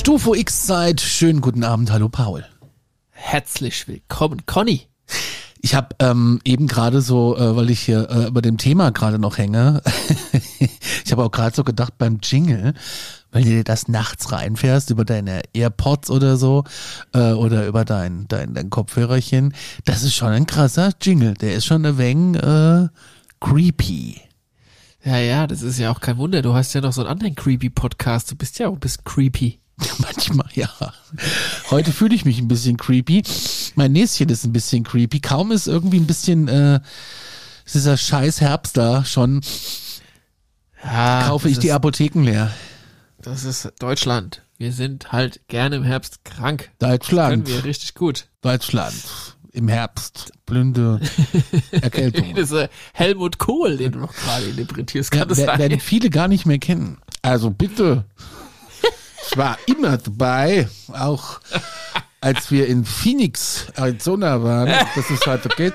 Stufo X-Zeit, schönen guten Abend, hallo Paul. Herzlich willkommen, Conny. Ich habe eben gerade so, weil ich hier über dem Thema gerade noch hänge, ich habe auch gerade so gedacht beim Jingle, weil du dir das nachts reinfährst über deine AirPods oder so oder über dein Kopfhörerchen, das ist schon ein krasser Jingle, der ist schon ein wenig creepy. Ja, das ist ja auch kein Wunder. Du hast ja noch so einen anderen Creepy-Podcast. Du bist ja auch ein bisschen creepy. Manchmal, ja. Heute fühle ich mich ein bisschen creepy. Mein Näschen ist ein bisschen creepy. Kaum ist irgendwie ein bisschen dieser scheiß Herbst da schon, kaufe ich die Apotheken leer. Das ist Deutschland. Wir sind halt gerne im Herbst krank. Deutschland. Das können wir richtig gut. Deutschland. Im Herbst. Blinde Erkältung. Das ist Helmut Kohl, den du noch gerade interpretierst. Kann das werden viele gar nicht mehr kennen. Also bitte. Ich war immer dabei, auch als wir in Phoenix, Arizona waren, dass es heute geht.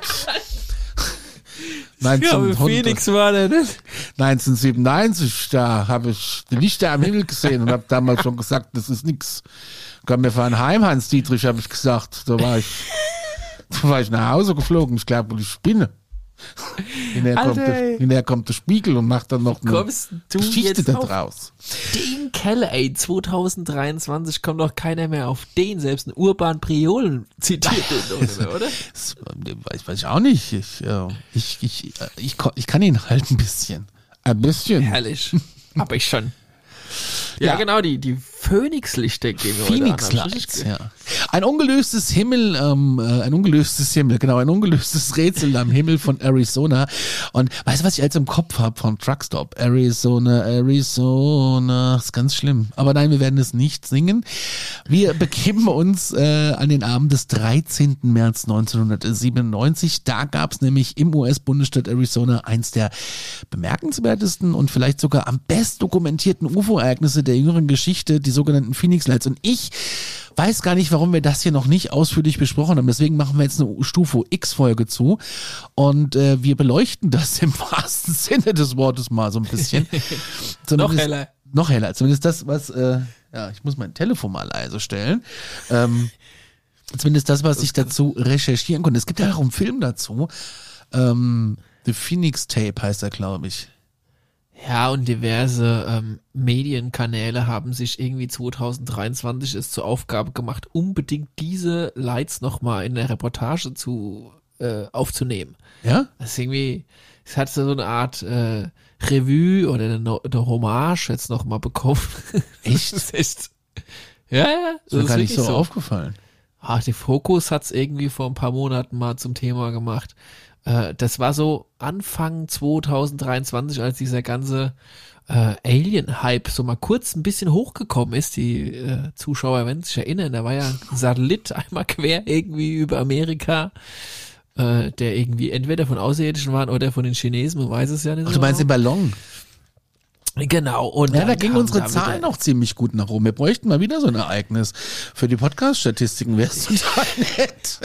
Phoenix war der nicht. 1997, da habe ich die Lichter am Himmel gesehen und habe damals schon gesagt, das ist nix. Komm, wir fahren heim, Hans-Dietrich, habe ich gesagt. Da war ich nach Hause geflogen, ich glaube, ich spinne. Hinterher kommt der Spiegel und macht dann noch eine Geschichte da draus. Den Keller, 2023 kommt doch keiner mehr auf den, selbst ein Urban Priolen zitiert den, oder? Das weiß ich auch nicht. Ich kann ihn halt ein bisschen. Ein bisschen. Herrlich. Aber ich schon. Ja, genau, die Phoenix-Lichter gehen wir Phoenix heute an. Lights, ja. Ein ungelöstes Rätsel am Himmel von Arizona. Und weißt du, was ich jetzt im Kopf habe von Truckstop? Arizona, ist ganz schlimm. Aber nein, wir werden es nicht singen. Wir begeben uns an den Abend des 13. März 1997. Da gab es nämlich im US-Bundesstaat Arizona eins der bemerkenswertesten und vielleicht sogar am best dokumentierten UFO-Ereignisse der jüngeren Geschichte, die sogenannten Phoenix Lights. Und ich weiß gar nicht, warum wir das hier noch nicht ausführlich besprochen haben. Deswegen machen wir jetzt eine Stufo X-Folge zu und wir beleuchten das im wahrsten Sinne des Wortes mal so ein bisschen. Noch heller. Noch heller. Zumindest das, was, ich muss mein Telefon mal leise stellen. Zumindest das, was ich dazu recherchieren konnte. Es gibt ja auch einen Film dazu. The Phoenix Tape heißt er, glaube ich. Ja, und diverse Medienkanäle haben sich irgendwie 2023 es zur Aufgabe gemacht, unbedingt diese Lights nochmal in der Reportage aufzunehmen. Ja? Das ist irgendwie, es hat so eine Art Revue oder eine Hommage jetzt nochmal bekommen. Echt? Das ist echt. Ja. Das ist mir gar nicht so aufgefallen. Die Focus hat's irgendwie vor ein paar Monaten mal zum Thema gemacht. Das war so Anfang 2023, als dieser ganze Alien-Hype so mal kurz ein bisschen hochgekommen ist. Die Zuschauer werden sich erinnern, da war ja ein Satellit einmal quer irgendwie über Amerika, der irgendwie entweder von Außerirdischen waren oder von den Chinesen, man weiß es ja nicht. Ach, du meinst den Ballon? Genau. Und ja, da ging unsere Zahlen noch ziemlich gut nach oben. Wir bräuchten mal wieder so ein Ereignis. Für die Podcast-Statistiken wäre es total nett.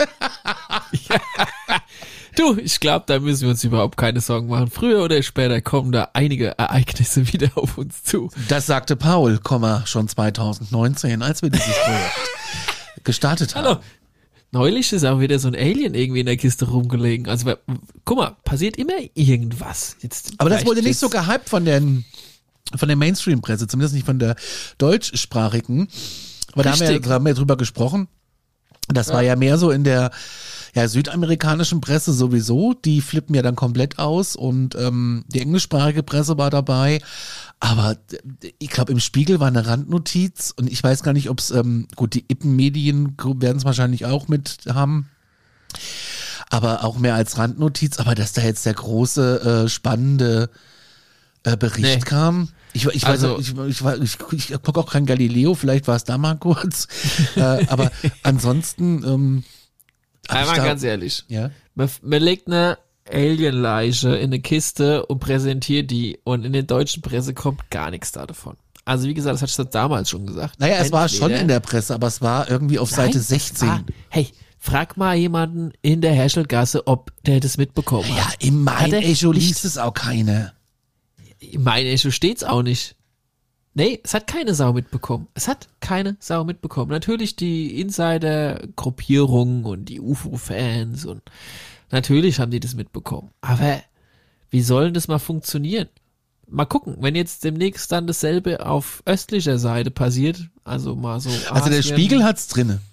Du, ich glaube, da müssen wir uns überhaupt keine Sorgen machen. Früher oder später kommen da einige Ereignisse wieder auf uns zu. Das sagte Paul, schon 2019, als wir dieses Projekt gestartet haben. Hallo. Neulich ist auch wieder so ein Alien irgendwie in der Kiste rumgelegen. Also, guck mal, passiert immer irgendwas. Aber das wurde nicht so gehypt von der Mainstream-Presse, zumindest nicht von der deutschsprachigen. Aber da haben wir drüber gesprochen. Das war ja mehr so in der südamerikanischen Presse sowieso, die flippen ja dann komplett aus und die englischsprachige Presse war dabei, aber ich glaube im Spiegel war eine Randnotiz und ich weiß gar nicht, ob es, die Ippen-Medien werden es wahrscheinlich auch mit haben, aber auch mehr als Randnotiz, aber dass da jetzt der große, spannende Bericht kam. Ich gucke auch kein Galileo, vielleicht war es da mal kurz, aber ansonsten einmal ganz ehrlich. Ja? Man legt eine Alien-Leiche in eine Kiste und präsentiert die und in der deutschen Presse kommt gar nichts da davon. Also wie gesagt, das hatte ich damals schon gesagt. Naja, es war schon in der Presse, aber es war irgendwie auf Seite 16. Hey, frag mal jemanden in der Herschelgasse, ob der das mitbekommen hat. Ja, im Main-Echo liest es auch keine. Im Main-Echo steht's auch nicht. Nee, es hat keine Sau mitbekommen. Natürlich die Insider-Gruppierungen und die UFO-Fans und natürlich haben die das mitbekommen. Aber wie soll denn das mal funktionieren? Mal gucken, wenn jetzt demnächst dann dasselbe auf östlicher Seite passiert, also mal so Also der Spiegel hat's drinne.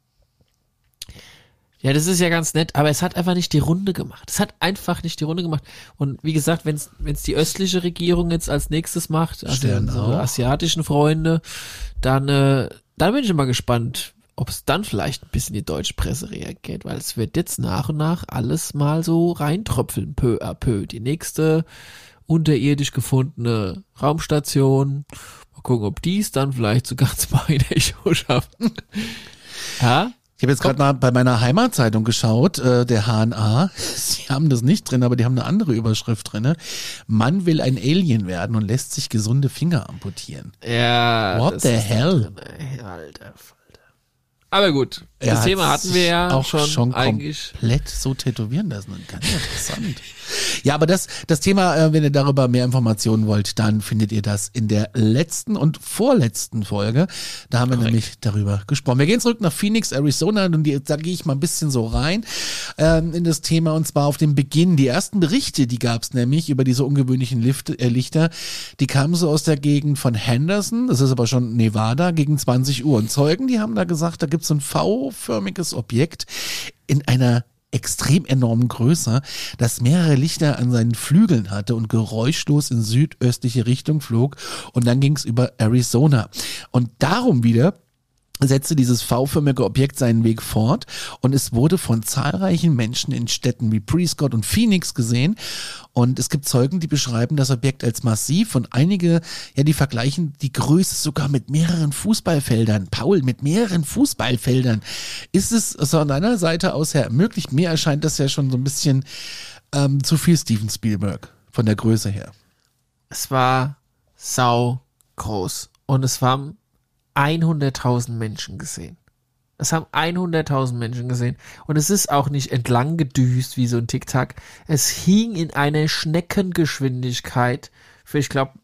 Ja, das ist ja ganz nett, aber es hat einfach nicht die Runde gemacht. Und wie gesagt, wenn es die östliche Regierung jetzt als nächstes macht, also unsere asiatischen Freunde, dann bin ich mal gespannt, ob es dann vielleicht ein bisschen die deutsche Presse reagiert, weil es wird jetzt nach und nach alles mal so reintröpfeln, peu à peu. Die nächste unterirdisch gefundene Raumstation. Mal gucken, ob die es dann vielleicht sogar mal in der Show schaffen. Ja? Ich habe jetzt gerade mal bei meiner Heimatzeitung geschaut, der HNA. Sie haben das nicht drin, aber die haben eine andere Überschrift drin. Mann will ein Alien werden und lässt sich gesunde Finger amputieren. Ja. What the hell? Alter Falter. Aber gut, das Thema hatten wir ja auch schon eigentlich komplett so tätowieren lassen. Ganz interessant. Ja, aber das Thema, wenn ihr darüber mehr Informationen wollt, dann findet ihr das in der letzten und vorletzten Folge. Da haben wir nämlich darüber gesprochen. Wir gehen zurück nach Phoenix, Arizona und da gehe ich mal ein bisschen so rein in das Thema und zwar auf den Beginn. Die ersten Berichte, die gab es nämlich über diese ungewöhnlichen Lichter, die kamen so aus der Gegend von Henderson, das ist aber schon Nevada, gegen 20 Uhr. Und Zeugen, die haben da gesagt, da gibt es so ein V-förmiges Objekt in einer extrem enormen Größe, das mehrere Lichter an seinen Flügeln hatte und geräuschlos in südöstliche Richtung flog und dann ging es über Arizona. Und darum wieder setzte dieses V-förmige Objekt seinen Weg fort und es wurde von zahlreichen Menschen in Städten wie Prescott und Phoenix gesehen und es gibt Zeugen, die beschreiben das Objekt als massiv und einige, die vergleichen die Größe sogar mit mehreren Fußballfeldern. Paul, mit mehreren Fußballfeldern. Ist es von deiner Seite aus her möglich? Mir erscheint das ja schon so ein bisschen zu viel Steven Spielberg von der Größe her. Es war sau groß und es waren 100.000 Menschen gesehen. Es haben 100.000 Menschen gesehen. Und es ist auch nicht entlang gedüst wie so ein Tic-Tac. Es hing in einer Schneckengeschwindigkeit für, ich glaube,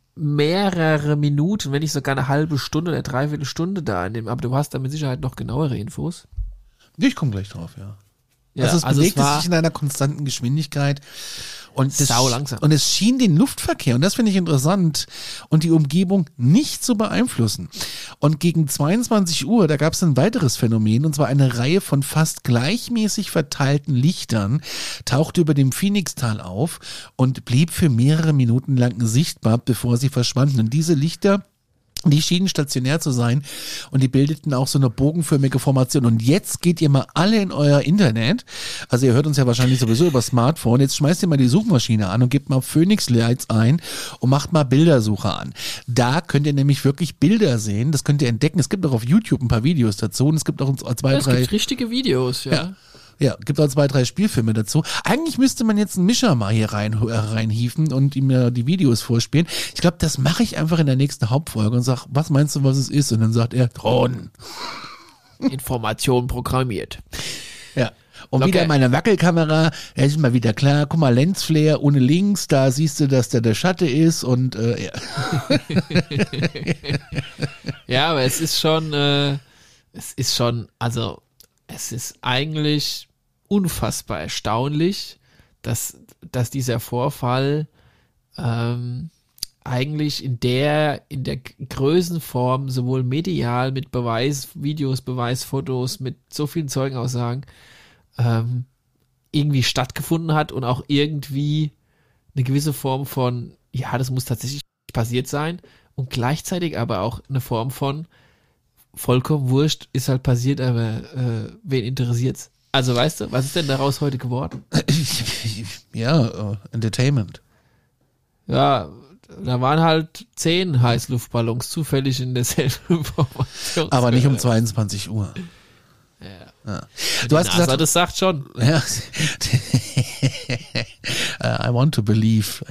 mehrere Minuten, wenn nicht sogar eine halbe Stunde oder dreiviertel Stunde da in dem. Aber du hast da mit Sicherheit noch genauere Infos. Ich komme gleich drauf, ja. Ja, also es bewegte sich in einer konstanten Geschwindigkeit und und es schien den Luftverkehr, und das finde ich interessant, und die Umgebung nicht zu beeinflussen. Und gegen 22 Uhr, da gab es ein weiteres Phänomen, und zwar eine Reihe von fast gleichmäßig verteilten Lichtern tauchte über dem Phoenixtal auf und blieb für mehrere Minuten lang sichtbar, bevor sie verschwanden. Und diese Lichter, die schienen stationär zu sein und die bildeten auch so eine bogenförmige Formation. Und jetzt geht ihr mal alle in euer Internet, also ihr hört uns ja wahrscheinlich sowieso über Smartphone, jetzt schmeißt ihr mal die Suchmaschine an und gebt mal Phoenix Lights ein und macht mal Bildersuche an. Da könnt ihr nämlich wirklich Bilder sehen, das könnt ihr entdecken. Es gibt auch auf YouTube ein paar Videos dazu und es gibt auch es gibt richtige Videos, ja. Ja, gibt auch 2, 3 Spielfilme dazu. Eigentlich müsste man jetzt einen Mischer mal hier reinhieven und ihm ja die Videos vorspielen. Ich glaube, das mache ich einfach in der nächsten Hauptfolge und sag, was meinst du, was es ist? Und dann sagt er, Thron. Information programmiert. Ja. Und wieder meine Wackelkamera, da ist mal wieder klar, guck mal, Lensflare ohne links, da siehst du, dass der Schatte ist und ja. Ja, aber es ist schon, also es ist eigentlich unfassbar erstaunlich, dass dieser Vorfall eigentlich in der Größenform sowohl medial mit Beweisvideos, Beweisfotos, mit so vielen Zeugenaussagen irgendwie stattgefunden hat und auch irgendwie eine gewisse Form von, ja, das muss tatsächlich passiert sein und gleichzeitig aber auch eine Form von vollkommen wurscht, ist halt passiert, aber wen interessiert's? Also weißt du, was ist denn daraus heute geworden? Ja, Entertainment. Ja, da waren halt 10 Heißluftballons zufällig in derselben Formation. Aber nicht um 22 Uhr. Ja. Ja. Du hast NASA, gesagt, das sagt schon. Ja. I want to believe.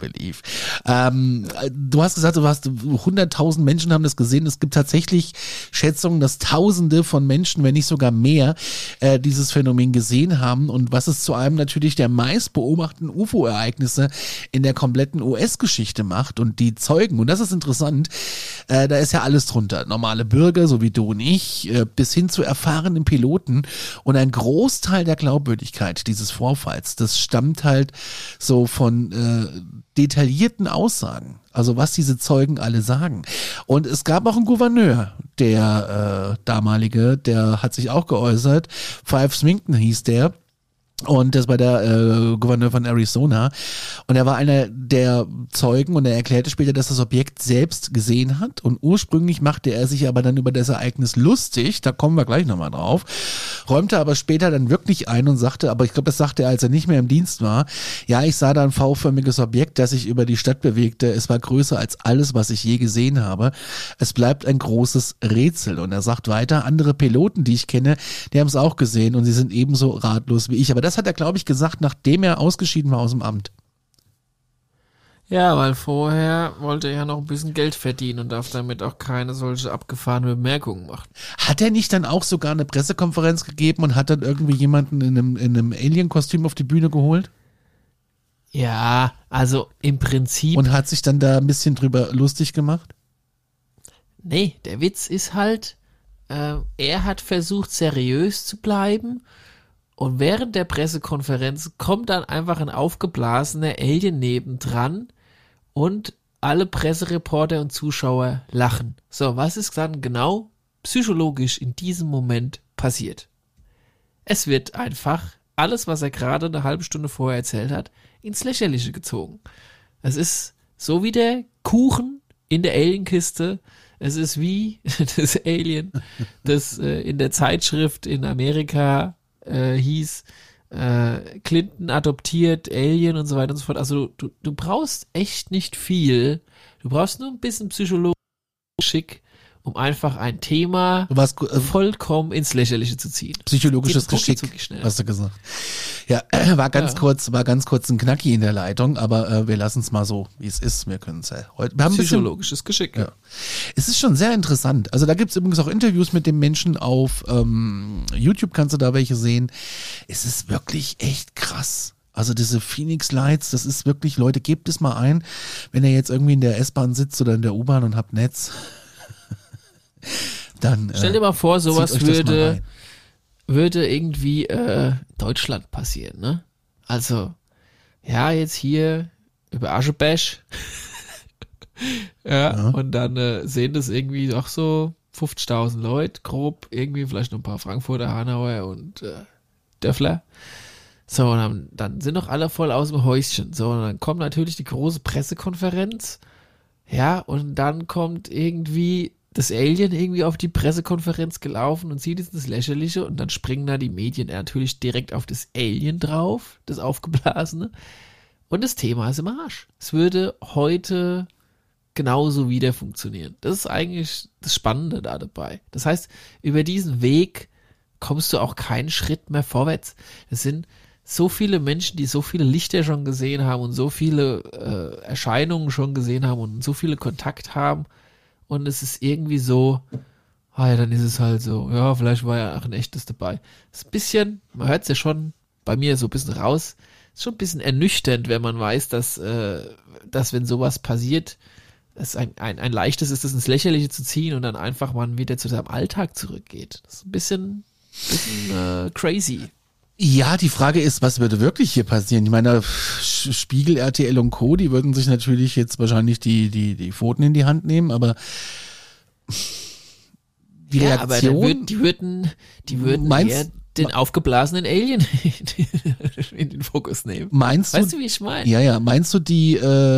Du hast gesagt, 100.000 Menschen haben das gesehen. Es gibt tatsächlich Schätzungen, dass Tausende von Menschen, wenn nicht sogar mehr, dieses Phänomen gesehen haben. Und was es zu einem natürlich der meist beobachteten UFO-Ereignisse in der kompletten US-Geschichte macht. Und die Zeugen, und das ist interessant, da ist ja alles drunter. Normale Bürger, so wie du und ich, bis hin zu erfahrenen Piloten. Und ein Großteil der Glaubwürdigkeit dieses Vorfalls, das stammt halt so von detaillierten Aussagen. Also was diese Zeugen alle sagen. Und es gab auch einen Gouverneur, der damalige, der hat sich auch geäußert. Five Swington hieß der. Und das war der Gouverneur von Arizona. Und er war einer der Zeugen und er erklärte später, dass das Objekt selbst gesehen hat. Und ursprünglich machte er sich aber dann über das Ereignis lustig. Da kommen wir gleich nochmal drauf. Räumte aber später dann wirklich ein und sagte, aber ich glaube, das sagte er, als er nicht mehr im Dienst war. Ja, ich sah da ein V-förmiges Objekt, das sich über die Stadt bewegte. Es war größer als alles, was ich je gesehen habe. Es bleibt ein großes Rätsel. Und er sagt weiter, andere Piloten, die ich kenne, die haben es auch gesehen und sie sind ebenso ratlos wie ich. Aber das hat er, glaube ich, gesagt, nachdem er ausgeschieden war aus dem Amt. Ja, weil vorher wollte er ja noch ein bisschen Geld verdienen und darf damit auch keine solche abgefahrene Bemerkungen machen. Hat er nicht dann auch sogar eine Pressekonferenz gegeben und hat dann irgendwie jemanden in einem Alien-Kostüm auf die Bühne geholt? Ja, also im Prinzip. Und hat sich dann da ein bisschen drüber lustig gemacht? Nee, der Witz ist halt, er hat versucht, seriös zu bleiben. Und während der Pressekonferenz kommt dann einfach ein aufgeblasener Alien nebendran und alle Pressereporter und Zuschauer lachen. So, was ist dann genau psychologisch in diesem Moment passiert? Es wird einfach alles, was er gerade eine halbe Stunde vorher erzählt hat, ins Lächerliche gezogen. Es ist so wie der Kuchen in der Alienkiste. Es ist wie das Alien, das in der Zeitschrift in Amerika hieß, Clinton adoptiert, Alien und so weiter und so fort. Also du brauchst echt nicht viel. Du brauchst nur ein bisschen psychologisch Schick, um einfach ein Thema vollkommen ins Lächerliche zu ziehen. Psychologisches Geschick, hast du gesagt. Ja, war ganz kurz ein Knacki in der Leitung, aber wir lassen es mal so, wie es ist. Wir können es ja heute. Wir haben psychologisches Geschick. Ja. Es ist schon sehr interessant. Also da gibt es übrigens auch Interviews mit dem Menschen auf YouTube, kannst du da welche sehen. Es ist wirklich echt krass. Also diese Phoenix Lights, das ist wirklich, Leute, gebt es mal ein, wenn ihr jetzt irgendwie in der S-Bahn sitzt oder in der U-Bahn und habt Netz. Dann, stell dir mal vor, sowas würde irgendwie Deutschland passieren, ne? Also, ja, jetzt hier über Aschebesch. ja, und dann sehen das irgendwie auch so 50.000 Leute, grob, irgendwie vielleicht noch ein paar Frankfurter, Hanauer und Döffler. So, und dann sind doch alle voll aus dem Häuschen. So, und dann kommt natürlich die große Pressekonferenz. Ja, und dann kommt irgendwie das Alien irgendwie auf die Pressekonferenz gelaufen und sieht jetzt das Lächerliche und dann springen da die Medien natürlich direkt auf das Alien drauf, das Aufgeblasene. Und das Thema ist im Arsch. Es würde heute genauso wieder funktionieren. Das ist eigentlich das Spannende da dabei. Das heißt, über diesen Weg kommst du auch keinen Schritt mehr vorwärts. Es sind so viele Menschen, die so viele Lichter schon gesehen haben und so viele Erscheinungen schon gesehen haben und so viele Kontakt haben. Und es ist irgendwie so, ja, dann ist es halt so, ja, vielleicht war ja auch ein echtes dabei. Das ist ein bisschen, man hört es ja schon bei mir so ein bisschen raus, ist schon ein bisschen ernüchternd, wenn man weiß, dass wenn sowas passiert, es ein leichtes ist, das ins Lächerliche zu ziehen und dann einfach man wieder zu seinem Alltag zurückgeht. Das ist ein bisschen crazy. Ja, die Frage ist, was würde wirklich hier passieren? Ich meine, Spiegel, RTL und Co., die würden sich natürlich jetzt wahrscheinlich die Pfoten in die Hand nehmen, aber die Reaktion... Aber die würden eher den aufgeblasenen Alien in den Fokus nehmen. Weißt du, wie ich meine? Ja, meinst du die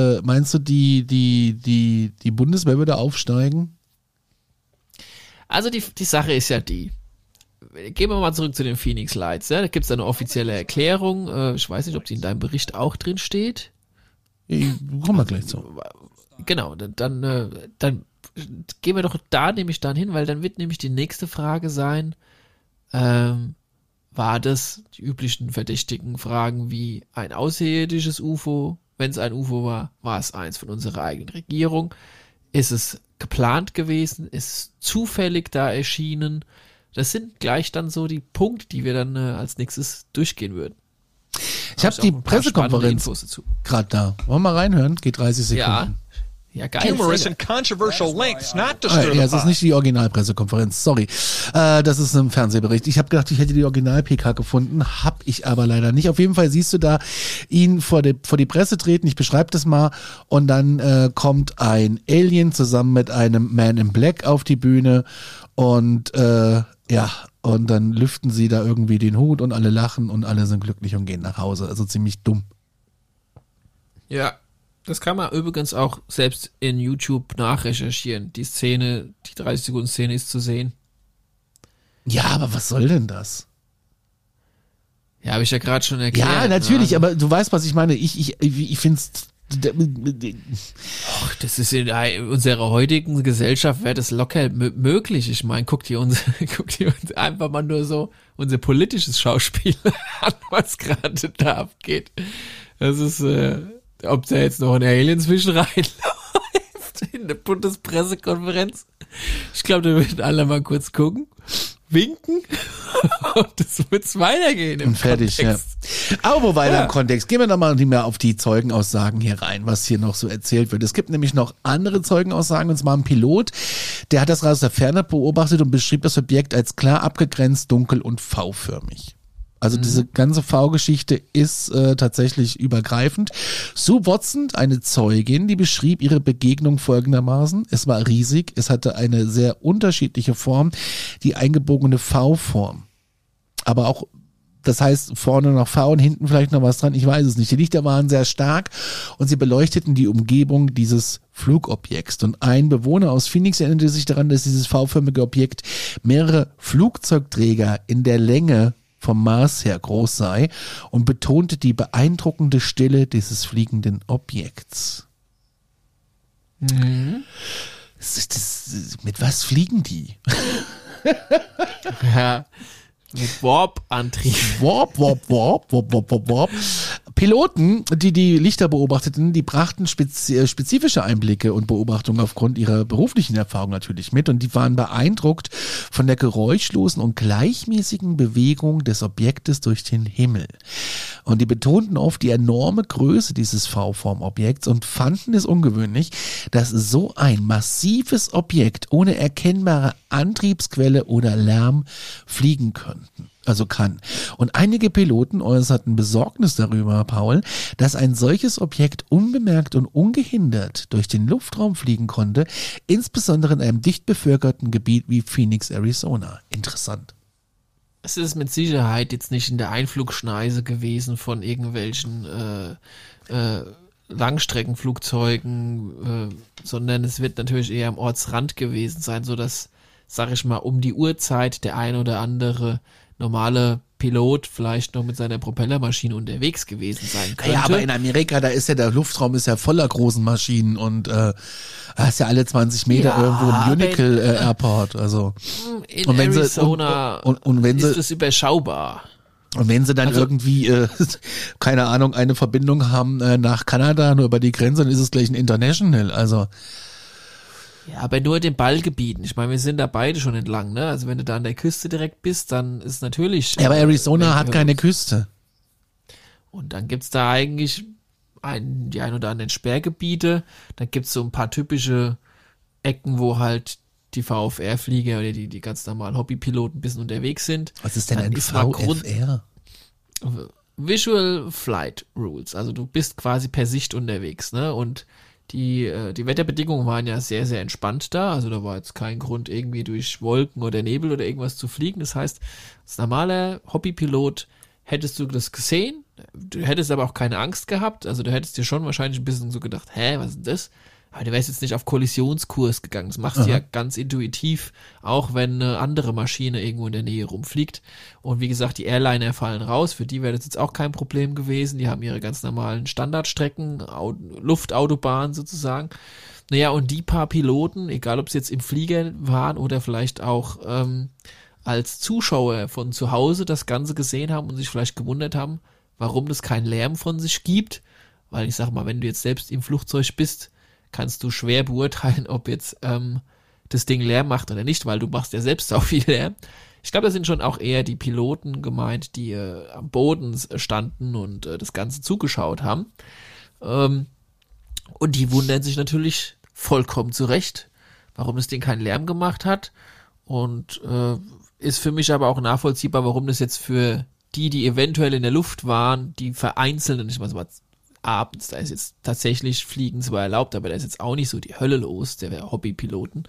Bundeswehr würde aufsteigen? Also die Sache ist ja die, gehen wir mal zurück zu den Phoenix Lights. Ja? Da gibt es eine offizielle Erklärung. Ich weiß nicht, ob die in deinem Bericht auch drin steht. Kommen wir gleich zu. Genau, dann gehen wir doch da nämlich dann hin, weil dann wird nämlich die nächste Frage sein, war das die üblichen verdächtigen Fragen wie ein außerirdisches UFO? Wenn es ein UFO war, war es eins von unserer eigenen Regierung? Ist es geplant gewesen? Ist es zufällig da erschienen? Das sind gleich dann so die Punkte, die wir dann als nächstes durchgehen würden. Ich habe die Pressekonferenz gerade da. Wollen wir mal reinhören? Geht 30 Sekunden. Ja, geil. Humorous and controversial lengths not to stir Ja, es ist nicht die Originalpressekonferenz, sorry. Das ist ein Fernsehbericht. Ich habe gedacht, ich hätte die Original-PK gefunden, hab ich aber leider nicht. Auf jeden Fall siehst du da ihn vor die Presse treten, ich beschreibe das mal, und dann kommt ein Alien zusammen mit einem Man in Black auf die Bühne und und dann lüften sie da irgendwie den Hut und alle lachen und alle sind glücklich und gehen nach Hause. Also ziemlich dumm. Ja. Das kann man übrigens auch selbst in YouTube nachrecherchieren. Die 30-Sekunden-Szene ist zu sehen. Ja, aber was soll denn das? Ja, habe ich ja gerade schon erklärt. Ja, natürlich, aber du weißt, was ich meine. Ich finde es... Das ist in unserer heutigen Gesellschaft, wäre das locker möglich. Ich meine, guck dir uns einfach mal nur so unser politisches Schauspiel an, was gerade da abgeht. Das ist... ob da jetzt noch ein Alien zwischen reinläuft in der Bundespressekonferenz. Ich glaube, da würden alle mal kurz gucken, winken und das wird's weitergehen im und fertig, Kontext. Ja. Aber weiter im Kontext. Gehen wir nochmal nicht mehr auf die Zeugenaussagen hier rein, was hier noch so erzählt wird. Es gibt nämlich noch andere Zeugenaussagen, und zwar ein Pilot, der hat das aus der Ferne beobachtet und beschrieb das Objekt als klar abgegrenzt, dunkel und V-förmig. Also diese ganze V-Geschichte ist tatsächlich übergreifend. Sue Watson, eine Zeugin, die beschrieb ihre Begegnung folgendermaßen. Es war riesig, es hatte eine sehr unterschiedliche Form, die eingebogene V-Form. Aber auch, das heißt, vorne noch V und hinten vielleicht noch was dran, ich weiß es nicht. Die Lichter waren sehr stark und sie beleuchteten die Umgebung dieses Flugobjekts. Und ein Bewohner aus Phoenix erinnerte sich daran, dass dieses V-förmige Objekt mehrere Flugzeugträger in der Länge vom Mars her groß sei und betonte die beeindruckende Stille dieses fliegenden Objekts. Mhm. Mit was fliegen die? Ja, mit Warp-Antrieb. Warp. Piloten, die Lichter beobachteten, die brachten spezifische Einblicke und Beobachtungen aufgrund ihrer beruflichen Erfahrung natürlich mit, und die waren beeindruckt von der geräuschlosen und gleichmäßigen Bewegung des Objektes durch den Himmel. Und die betonten oft die enorme Größe dieses V-Form-Objekts und fanden es ungewöhnlich, dass so ein massives Objekt ohne erkennbare Antriebsquelle oder Lärm fliegen kann. Und einige Piloten äußerten Besorgnis darüber, Paul, dass ein solches Objekt unbemerkt und ungehindert durch den Luftraum fliegen konnte, insbesondere in einem dicht bevölkerten Gebiet wie Phoenix, Arizona. Interessant. Es ist mit Sicherheit jetzt nicht in der Einflugschneise gewesen von irgendwelchen Langstreckenflugzeugen, sondern es wird natürlich eher am Ortsrand gewesen sein, sodass, sag ich mal, um die Uhrzeit der ein oder andere normale Pilot vielleicht noch mit seiner Propellermaschine unterwegs gewesen sein könnte. Ja, aber in Amerika, da ist ja der Luftraum ist ja voller großen Maschinen und da ist ja alle 20 Meter irgendwo im Unical Airport. Also in und wenn Arizona ist es überschaubar. Und wenn sie dann irgendwie, keine Ahnung, eine Verbindung haben nach Kanada, nur über die Grenze, dann ist es gleich ein International. Also ja, aber nur in den Ballgebieten. Ich meine, wir sind da beide schon entlang, ne? Also wenn du da an der Küste direkt bist, dann ist natürlich... Ja, aber Arizona hat keine Küste. Und dann gibt's da eigentlich die ein oder anderen Sperrgebiete. Dann gibt's so ein paar typische Ecken, wo halt die VFR-Flieger oder die ganz normalen Hobbypiloten ein bisschen unterwegs sind. Was ist denn ein VFR? Visual Flight Rules. Also du bist quasi per Sicht unterwegs, ne? Und die Wetterbedingungen waren ja sehr, sehr entspannt da. Also da war jetzt kein Grund, irgendwie durch Wolken oder Nebel oder irgendwas zu fliegen. Das heißt, als normaler Hobbypilot hättest du das gesehen. Du hättest aber auch keine Angst gehabt. Also du hättest dir schon wahrscheinlich ein bisschen so gedacht, was ist denn das? Aber du wärst jetzt nicht auf Kollisionskurs gegangen. Das machst du ja ganz intuitiv, auch wenn eine andere Maschine irgendwo in der Nähe rumfliegt. Und wie gesagt, die Airliner fallen raus. Für die wäre das jetzt auch kein Problem gewesen. Die haben ihre ganz normalen Standardstrecken, Luftautobahnen sozusagen. Naja, und die paar Piloten, egal ob sie jetzt im Flieger waren oder vielleicht auch als Zuschauer von zu Hause das Ganze gesehen haben und sich vielleicht gewundert haben, warum das keinen Lärm von sich gibt. Weil ich sag mal, wenn du jetzt selbst im Flugzeug bist, kannst du schwer beurteilen, ob jetzt das Ding Lärm macht oder nicht, weil du machst ja selbst auch viel Lärm. Ich glaube, da sind schon auch eher die Piloten gemeint, die am Boden standen und das Ganze zugeschaut haben. Und die wundern sich natürlich vollkommen zu Recht, warum das Ding keinen Lärm gemacht hat. Und ist für mich aber auch nachvollziehbar, warum das jetzt für die eventuell in der Luft waren, die vereinzelten, ich weiß mal, abends, da ist jetzt tatsächlich Fliegen zwar erlaubt, aber da ist jetzt auch nicht so die Hölle los, der Hobbypiloten.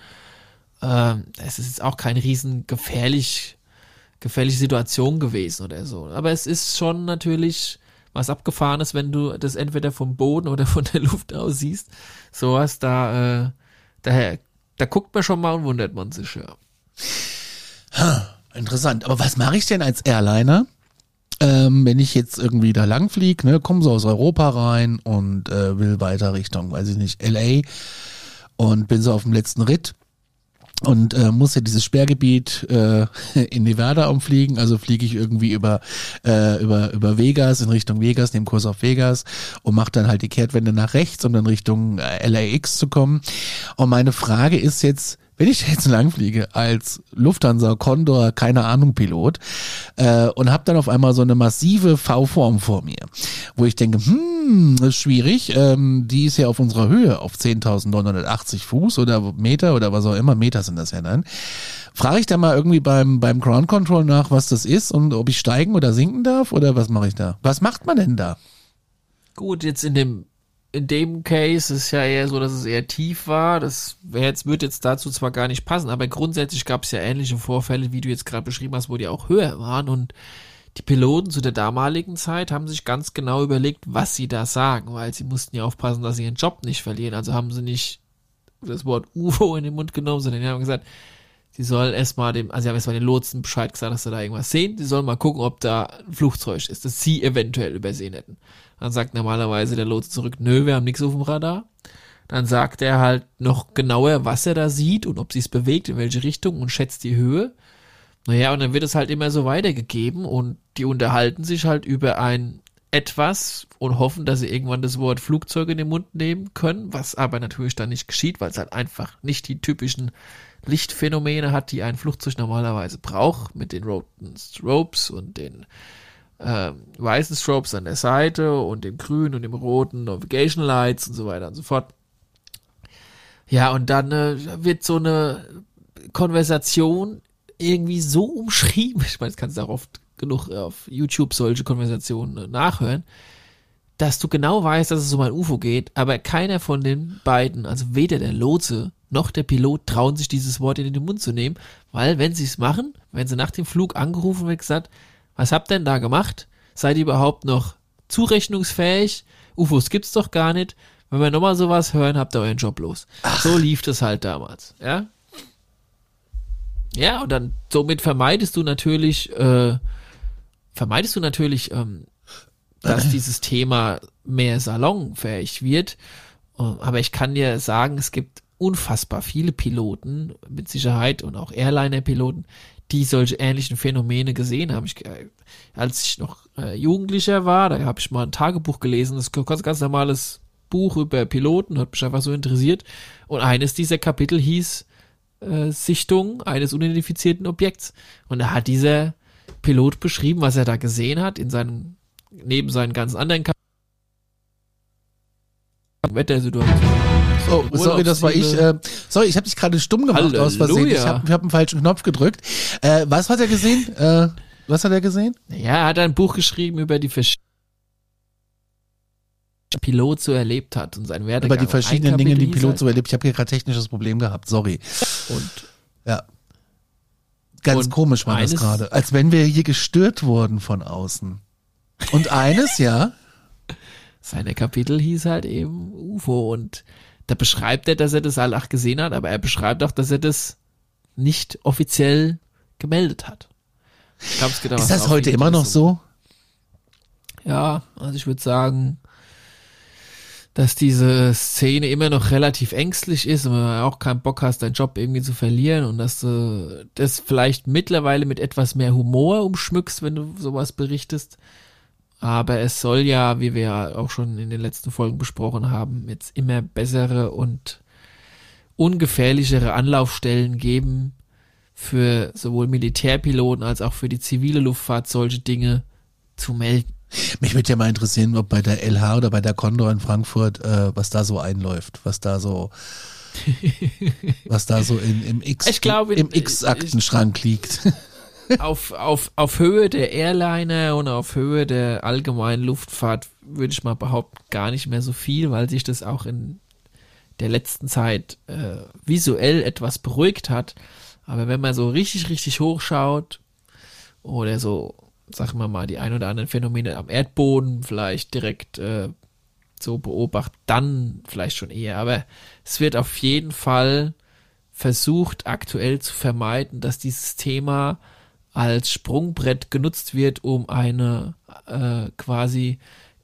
Es ist jetzt auch keine riesen gefährliche Situation gewesen oder so. Aber es ist schon natürlich was Abgefahrenes, wenn du das entweder vom Boden oder von der Luft aus siehst. Sowas, da guckt man schon mal und wundert man sich, ja. Interessant. Aber was mache ich denn als Airliner, wenn ich jetzt irgendwie da lang fliege, ne, komme so aus Europa rein und will weiter Richtung, weiß ich nicht, LA und bin so auf dem letzten Ritt und muss ja dieses Sperrgebiet in Nevada umfliegen, also fliege ich irgendwie über Vegas, in Richtung Vegas, nehme Kurs auf Vegas und mache dann halt die Kehrtwende nach rechts, um dann Richtung LAX zu kommen. Und meine Frage ist jetzt, wenn ich jetzt langfliege als Lufthansa, Condor, keine Ahnung, Pilot und habe dann auf einmal so eine massive V-Form vor mir, wo ich denke, das ist schwierig, die ist ja auf unserer Höhe, auf 10.980 Fuß oder Meter oder was auch immer, Meter sind das ja dann. Frage ich da mal irgendwie beim Ground Control nach, was das ist und ob ich steigen oder sinken darf oder was mache ich da? Was macht man denn da? Gut, jetzt in dem Case ist ja eher so, dass es eher tief war. Das wird jetzt dazu zwar gar nicht passen, aber grundsätzlich gab es ja ähnliche Vorfälle, wie du jetzt gerade beschrieben hast, wo die auch höher waren. Und die Piloten zu der damaligen Zeit haben sich ganz genau überlegt, was sie da sagen, weil sie mussten ja aufpassen, dass sie ihren Job nicht verlieren. Also haben sie nicht das Wort UFO in den Mund genommen, sondern die haben gesagt, sie sollen erstmal sie haben erstmal den Lotsen Bescheid gesagt, dass sie da irgendwas sehen. Sie sollen mal gucken, ob da ein Flugzeug ist, das sie eventuell übersehen hätten. Dann sagt normalerweise der Lotse zurück, nö, wir haben nichts auf dem Radar. Dann sagt er halt noch genauer, was er da sieht und ob sie es bewegt, in welche Richtung und schätzt die Höhe. Naja, und dann wird es halt immer so weitergegeben und die unterhalten sich halt über ein Etwas und hoffen, dass sie irgendwann das Wort Flugzeug in den Mund nehmen können, was aber natürlich dann nicht geschieht, weil es halt einfach nicht die typischen Lichtphänomene hat, die ein Flugzeug normalerweise braucht, mit den roten Strobes und den weißen Strobes an der Seite und dem grünen und dem roten Navigation Lights und so weiter und so fort. Ja, und dann wird so eine Konversation irgendwie so umschrieben, ich meine, das kannst du auch oft genug auf YouTube solche Konversationen nachhören, dass du genau weißt, dass es um ein UFO geht, aber keiner von den beiden, also weder der Lotse noch der Pilot, trauen sich dieses Wort in den Mund zu nehmen, weil wenn sie es machen, wenn sie nach dem Flug angerufen wird, gesagt, was habt ihr denn da gemacht? Seid ihr überhaupt noch zurechnungsfähig? UFOs gibt's doch gar nicht. Wenn wir nochmal sowas hören, habt ihr euren Job los. Ach. So lief das halt damals, ja? Ja, und dann somit vermeidest du natürlich, dass dieses Thema mehr salonfähig wird. Aber ich kann dir sagen, es gibt unfassbar viele Piloten, mit Sicherheit und auch Airliner-Piloten, die solche ähnlichen Phänomene gesehen haben. Als ich noch Jugendlicher war, da habe ich mal ein Tagebuch gelesen, das ist ein ganz normales Buch über Piloten, hat mich einfach so interessiert. Und eines dieser Kapitel hieß Sichtung eines unidentifizierten Objekts. Und da hat dieser Pilot beschrieben, was er da gesehen hat, neben seinen ganz anderen Wettersituationen. Oh, sorry, das war ich. Sorry, ich habe dich gerade stumm gemacht. Halleluja. Aus Versehen. Ich hab einen falschen Knopf gedrückt. Was hat er gesehen? Ja, er hat ein Buch geschrieben über die verschiedenen Pilot so erlebt hat und sein Werdegang. Über die verschiedenen Dinge, die Pilot so erlebt. Ich habe hier gerade technisches Problem gehabt. Sorry. Und ja. Ganz komisch war das gerade. Als wenn wir hier gestört wurden von außen. Und eines, ja. Seine Kapitel hieß halt eben UFO und da beschreibt er, dass er das alle gesehen hat, aber er beschreibt auch, dass er das nicht offiziell gemeldet hat. Ich glaub, es geht ist das heute immer noch so? Ja, also ich würde sagen, dass diese Szene immer noch relativ ängstlich ist und man auch keinen Bock hast, deinen Job irgendwie zu verlieren und dass du das vielleicht mittlerweile mit etwas mehr Humor umschmückst, wenn du sowas berichtest. Aber es soll ja, wie wir ja auch schon in den letzten Folgen besprochen haben, jetzt immer bessere und ungefährlichere Anlaufstellen geben für sowohl Militärpiloten als auch für die zivile Luftfahrt, solche Dinge zu melden. Mich würde ja mal interessieren, ob bei der LH oder bei der Condor in Frankfurt, was da so einläuft, was da so im X-Aktenschrank liegt. Auf Höhe der Airliner und auf Höhe der allgemeinen Luftfahrt würde ich mal behaupten, gar nicht mehr so viel, weil sich das auch in der letzten Zeit visuell etwas beruhigt hat. Aber wenn man so richtig, richtig hochschaut oder so, sagen wir mal, die ein oder anderen Phänomene am Erdboden vielleicht direkt so beobachtet, dann vielleicht schon eher. Aber es wird auf jeden Fall versucht, aktuell zu vermeiden, dass dieses Thema als Sprungbrett genutzt wird, um eine quasi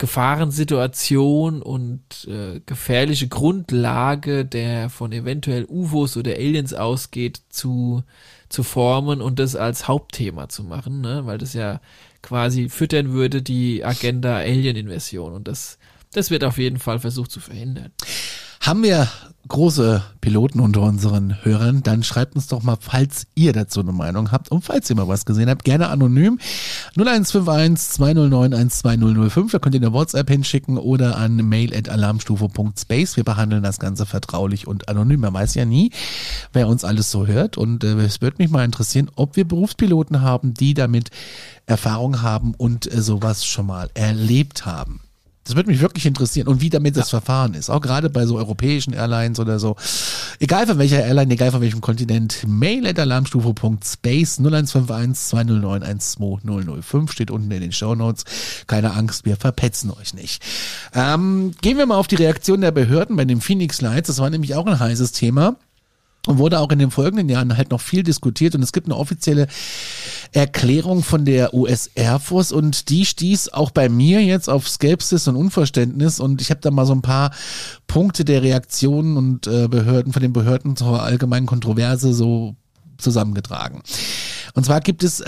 Gefahrensituation und gefährliche Grundlage, der von eventuell UFOs oder Aliens ausgeht, zu formen und das als Hauptthema zu machen, ne? Weil das ja quasi füttern würde die Agenda Alien-Invasion und das wird auf jeden Fall versucht zu verhindern. Haben wir große Piloten unter unseren Hörern, dann schreibt uns doch mal, falls ihr dazu eine Meinung habt und falls ihr mal was gesehen habt, gerne anonym 0151 209 12005, da könnt ihr eine WhatsApp hinschicken oder an mail@alarmstufe.space. Wir behandeln das Ganze vertraulich und anonym. Man weiß ja nie, wer uns alles so hört und es würde mich mal interessieren, ob wir Berufspiloten haben, die damit Erfahrung haben und sowas schon mal erlebt haben. Das würde mich wirklich interessieren und wie damit das Verfahren ist. Auch gerade bei so europäischen Airlines oder so. Egal von welcher Airline, egal von welchem Kontinent. mail@alarmstufe.space 0151 209 12005 steht unten in den Shownotes. Keine Angst, wir verpetzen euch nicht. Gehen wir mal auf die Reaktion der Behörden bei den Phoenix Lights. Das war nämlich auch ein heißes Thema. Und wurde auch in den folgenden Jahren halt noch viel diskutiert und es gibt eine offizielle Erklärung von der US Air Force und die stieß auch bei mir jetzt auf Skepsis und Unverständnis und ich habe da mal so ein paar Punkte der Reaktionen und Behörden von den Behörden zur allgemeinen Kontroverse so zusammengetragen. Und zwar gibt es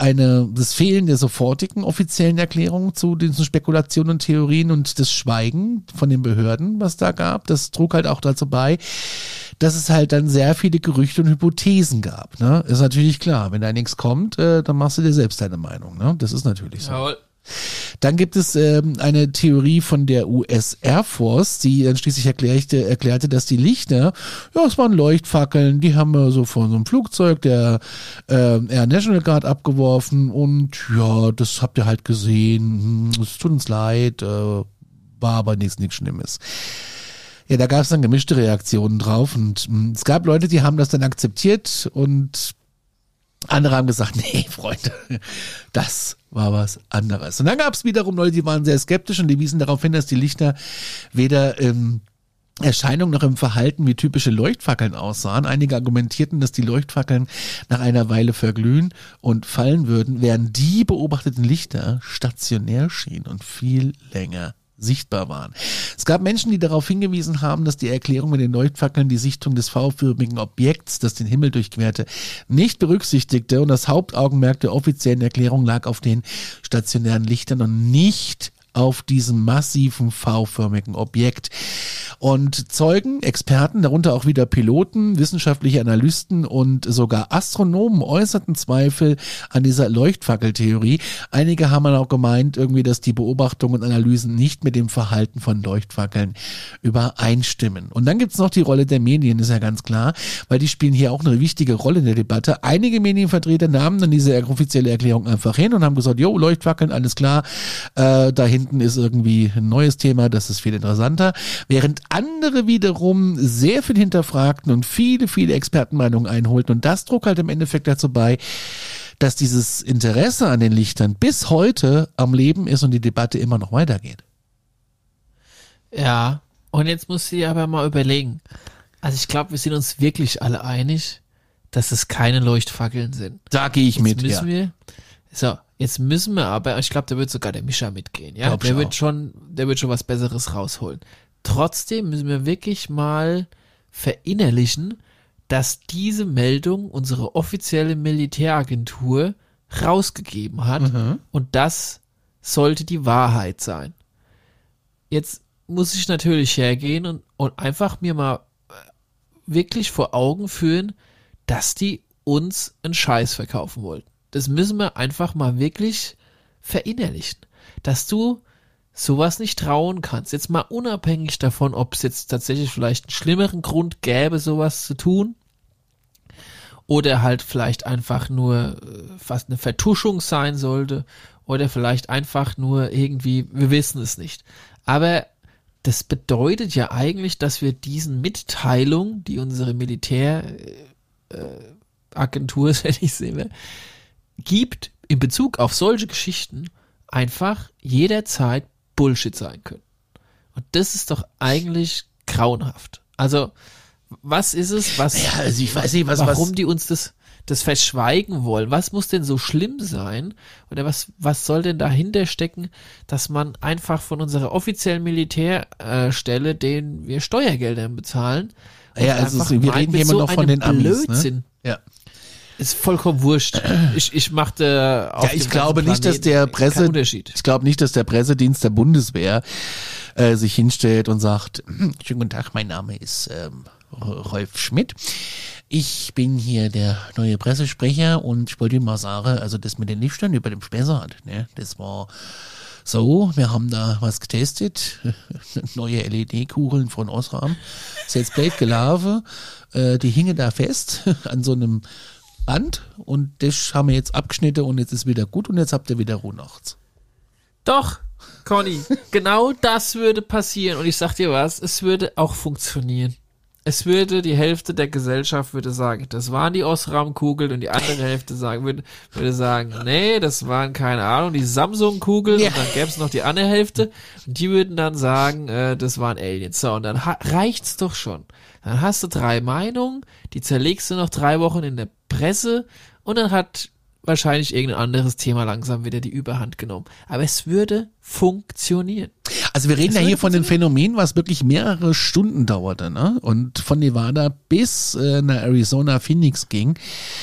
das Fehlen der sofortigen offiziellen Erklärung zu diesen Spekulationen und Theorien und das Schweigen von den Behörden, was da gab. Das trug halt auch dazu bei, dass es halt dann sehr viele Gerüchte und Hypothesen gab. Ne? Ist natürlich klar, wenn da nichts kommt, dann machst du dir selbst deine Meinung. Ne? Das ist natürlich so. Jawohl. Dann gibt es eine Theorie von der US Air Force, die dann schließlich erklärte, dass die Lichter, ja, es waren Leuchtfackeln, die haben wir so von so einem Flugzeug der Air National Guard abgeworfen und ja, das habt ihr halt gesehen, es tut uns leid, war aber nichts Schlimmes. Ja, da gab es dann gemischte Reaktionen drauf und es gab Leute, die haben das dann akzeptiert und andere haben gesagt, nee, Freunde, das war was anderes. Und dann gab es wiederum Leute, die waren sehr skeptisch und die wiesen darauf hin, dass die Lichter weder im Erscheinung noch im Verhalten wie typische Leuchtfackeln aussahen. Einige argumentierten, dass die Leuchtfackeln nach einer Weile verglühen und fallen würden, während die beobachteten Lichter stationär schienen und viel länger sichtbar waren. Es gab Menschen, die darauf hingewiesen haben, dass die Erklärung mit den Leuchtfackeln die Sichtung des V-förmigen Objekts, das den Himmel durchquerte, nicht berücksichtigte und das Hauptaugenmerk der offiziellen Erklärung lag auf den stationären Lichtern und nicht auf diesem massiven V-förmigen Objekt. Und Zeugen, Experten, darunter auch wieder Piloten, wissenschaftliche Analysten und sogar Astronomen äußerten Zweifel an dieser Leuchtfackeltheorie. Einige haben auch gemeint, irgendwie, dass die Beobachtungen und Analysen nicht mit dem Verhalten von Leuchtfackeln übereinstimmen. Und dann gibt's noch die Rolle der Medien, ist ja ganz klar, weil die spielen hier auch eine wichtige Rolle in der Debatte. Einige Medienvertreter nahmen dann diese offizielle Erklärung einfach hin und haben gesagt, jo, Leuchtfackeln, alles klar, dahin ist irgendwie ein neues Thema, das ist viel interessanter, während andere wiederum sehr viel hinterfragten und viele, viele Expertenmeinungen einholten und das trug halt im Endeffekt dazu bei, dass dieses Interesse an den Lichtern bis heute am Leben ist und die Debatte immer noch weitergeht. Ja, und jetzt musst du dir aber mal überlegen, also ich glaube, wir sind uns wirklich alle einig, dass es keine Leuchtfackeln sind. Da gehe ich mit, Jetzt müssen wir aber, ich glaube, da wird sogar der Mischa mitgehen, ja? Der wird schon was Besseres rausholen. trotzdem müssen wir wirklich mal verinnerlichen, dass diese Meldung unsere offizielle Militäragentur rausgegeben hat und das sollte die Wahrheit sein. Jetzt muss ich natürlich hergehen und einfach mir mal wirklich vor Augen führen, dass die uns einen Scheiß verkaufen wollten. Das müssen wir einfach mal wirklich verinnerlichen, dass du sowas nicht trauen kannst. Jetzt mal unabhängig davon, ob es jetzt tatsächlich vielleicht einen schlimmeren Grund gäbe, sowas zu tun, oder halt vielleicht einfach nur fast eine Vertuschung sein sollte, oder vielleicht einfach nur irgendwie, wir wissen es nicht. Aber das bedeutet ja eigentlich, dass wir diesen Mitteilungen, die unsere Militäragentur, gibt, in Bezug auf solche Geschichten, einfach jederzeit Bullshit sein können. Und das ist doch eigentlich grauenhaft. Also, was ist es, also ich weiß nicht, warum die uns das verschweigen wollen? Was muss denn so schlimm sein? Oder was soll denn dahinter stecken, dass man einfach von unserer offiziellen Militärstelle, denen wir Steuergeldern bezahlen, ja, also wir reden hier immer noch von den Amis, Blödsinn. Ne? Ja. Ist vollkommen wurscht. Ich machte auf ich glaube nicht, dass der ich glaube nicht, dass der Pressedienst der Bundeswehr sich hinstellt und sagt, schönen guten Tag, mein Name ist Rolf Schmidt. Ich bin hier der neue Pressesprecher und ich wollte mal sagen, also das mit den Lichtern über dem Spessart, ne, das war so, wir haben da was getestet, neue LED-Kugeln von Osram, ist jetzt blöd gelaufen, die hingen da fest an so einem Band und das haben wir jetzt abgeschnitten und jetzt ist wieder gut und jetzt habt ihr wieder Ruhe nachts. Doch, Conny, genau das würde passieren und ich sag dir was, es würde auch funktionieren. Es würde, die Hälfte der Gesellschaft würde sagen, das waren die Osram-Kugeln und die andere Hälfte würde sagen, nee, das waren keine Ahnung, die Samsung-Kugeln und dann gäbe es noch die andere Hälfte und die würden dann sagen, das waren Aliens. So, und dann reicht's doch schon. Dann hast du 3 Meinungen, die zerlegst du noch 3 Wochen in der Presse und dann hat wahrscheinlich irgendein anderes Thema langsam wieder die Überhand genommen. Aber es würde funktionieren. Also wir reden ja hier von einem Phänomen, was wirklich mehrere Stunden dauerte, ne? Und von Nevada bis nach Arizona, Phoenix ging.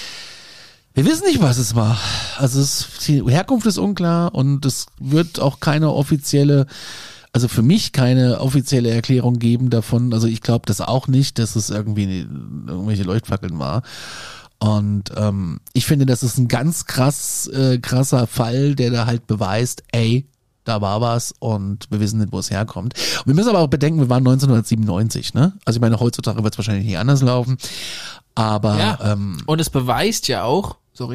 Wir wissen nicht, was es war. Also die Herkunft ist unklar und es wird auch keine offizielle, also für mich keine offizielle Erklärung geben davon. Also ich glaube das auch nicht, dass es irgendwie irgendwelche Leuchtfackeln war. Und ich finde, das ist ein ganz krasser Fall, der da halt beweist, da war was und wir wissen nicht, wo es herkommt. Und wir müssen aber auch bedenken, wir waren 1997, ne? Also ich meine, heutzutage wird es wahrscheinlich nicht anders laufen, aber ja. Und es beweist ja auch,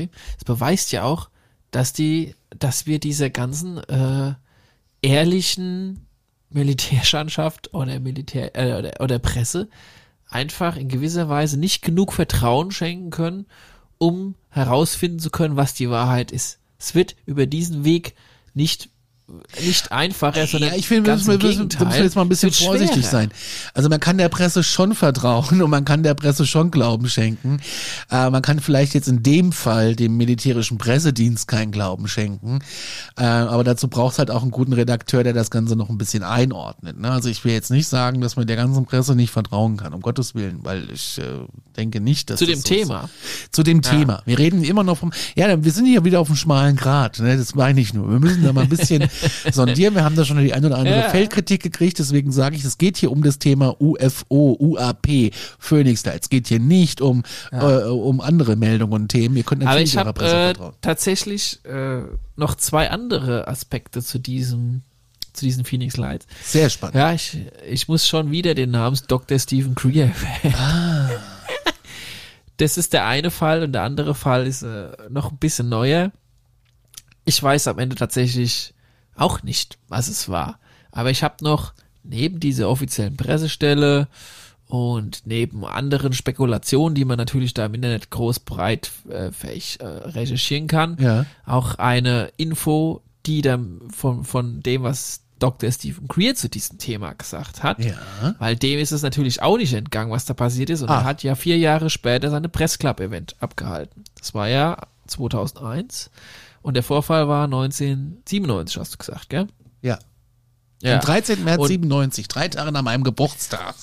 dass wir dieser ganzen ehrlichen Militärschanschaft oder oder Presse einfach in gewisser Weise nicht genug Vertrauen schenken können, um herausfinden zu können, was die Wahrheit ist. Es wird über diesen Weg nicht einfacher, sondern ja, ich finde, wir müssen jetzt mal ein bisschen vorsichtig sein. Also man kann der Presse schon vertrauen und man kann der Presse schon Glauben schenken. Man kann vielleicht jetzt in dem Fall dem militärischen Pressedienst keinen Glauben schenken. Aber dazu braucht es halt auch einen guten Redakteur, der das Ganze noch ein bisschen einordnet. Ne? Also ich will jetzt nicht sagen, dass man der ganzen Presse nicht vertrauen kann, um Gottes Willen, weil ich denke nicht, dass zu dem Thema. Zu dem Thema. Wir reden immer noch wir sind hier wieder auf dem schmalen Grat. Ne? Das meine ich nur. Wir müssen da mal ein bisschen sondieren. Wir haben da schon die ein oder andere Feldkritik gekriegt, deswegen sage ich, es geht hier um das Thema UFO, UAP, Phoenix Lights. Es geht hier nicht um andere Meldungen und Themen. Ihr könnt natürlich eurer Presse vertrauen. Aber ich habe tatsächlich noch 2 andere Aspekte zu diesen Phoenix Lights. Sehr spannend. Ja, ich muss schon wieder den Namen Dr. Stephen Greer erwähnen. Das ist der eine Fall und der andere Fall ist noch ein bisschen neuer. Ich weiß am Ende tatsächlich auch nicht, was es war. Aber ich habe noch neben dieser offiziellen Pressestelle und neben anderen Spekulationen, die man natürlich da im Internet groß breit recherchieren kann, auch eine Info, die dann von dem, was Dr. Stephen Greer zu diesem Thema gesagt hat, weil dem ist es natürlich auch nicht entgangen, was da passiert ist und er hat ja 4 Jahre später seine Pressclub-Event abgehalten. Das war ja 2001 und der Vorfall war 1997, hast du gesagt, gell? Ja. Am 13. März 97, 3 Tage nach meinem Geburtstag.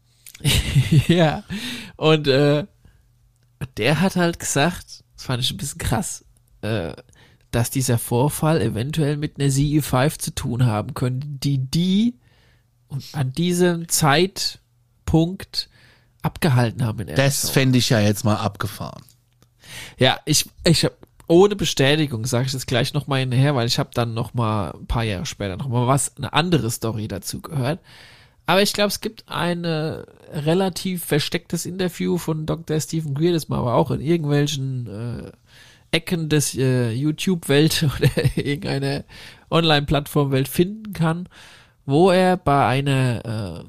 Ja, und der hat halt gesagt, das fand ich ein bisschen krass, dass dieser Vorfall eventuell mit einer CE5 zu tun haben könnte, die an diesem Zeitpunkt abgehalten haben in Arizona. Das fände ich ja jetzt mal abgefahren. Ja, ich habe ohne Bestätigung, sage ich das gleich nochmal hinterher, weil ich habe dann nochmal ein paar Jahre später nochmal eine andere Story dazu gehört. Aber ich glaube, es gibt ein relativ verstecktes Interview von Dr. Stephen Greer, das man aber auch in irgendwelchen Ecken des YouTube-Welt oder irgendeiner Online-Plattform-Welt finden kann, wo er bei einer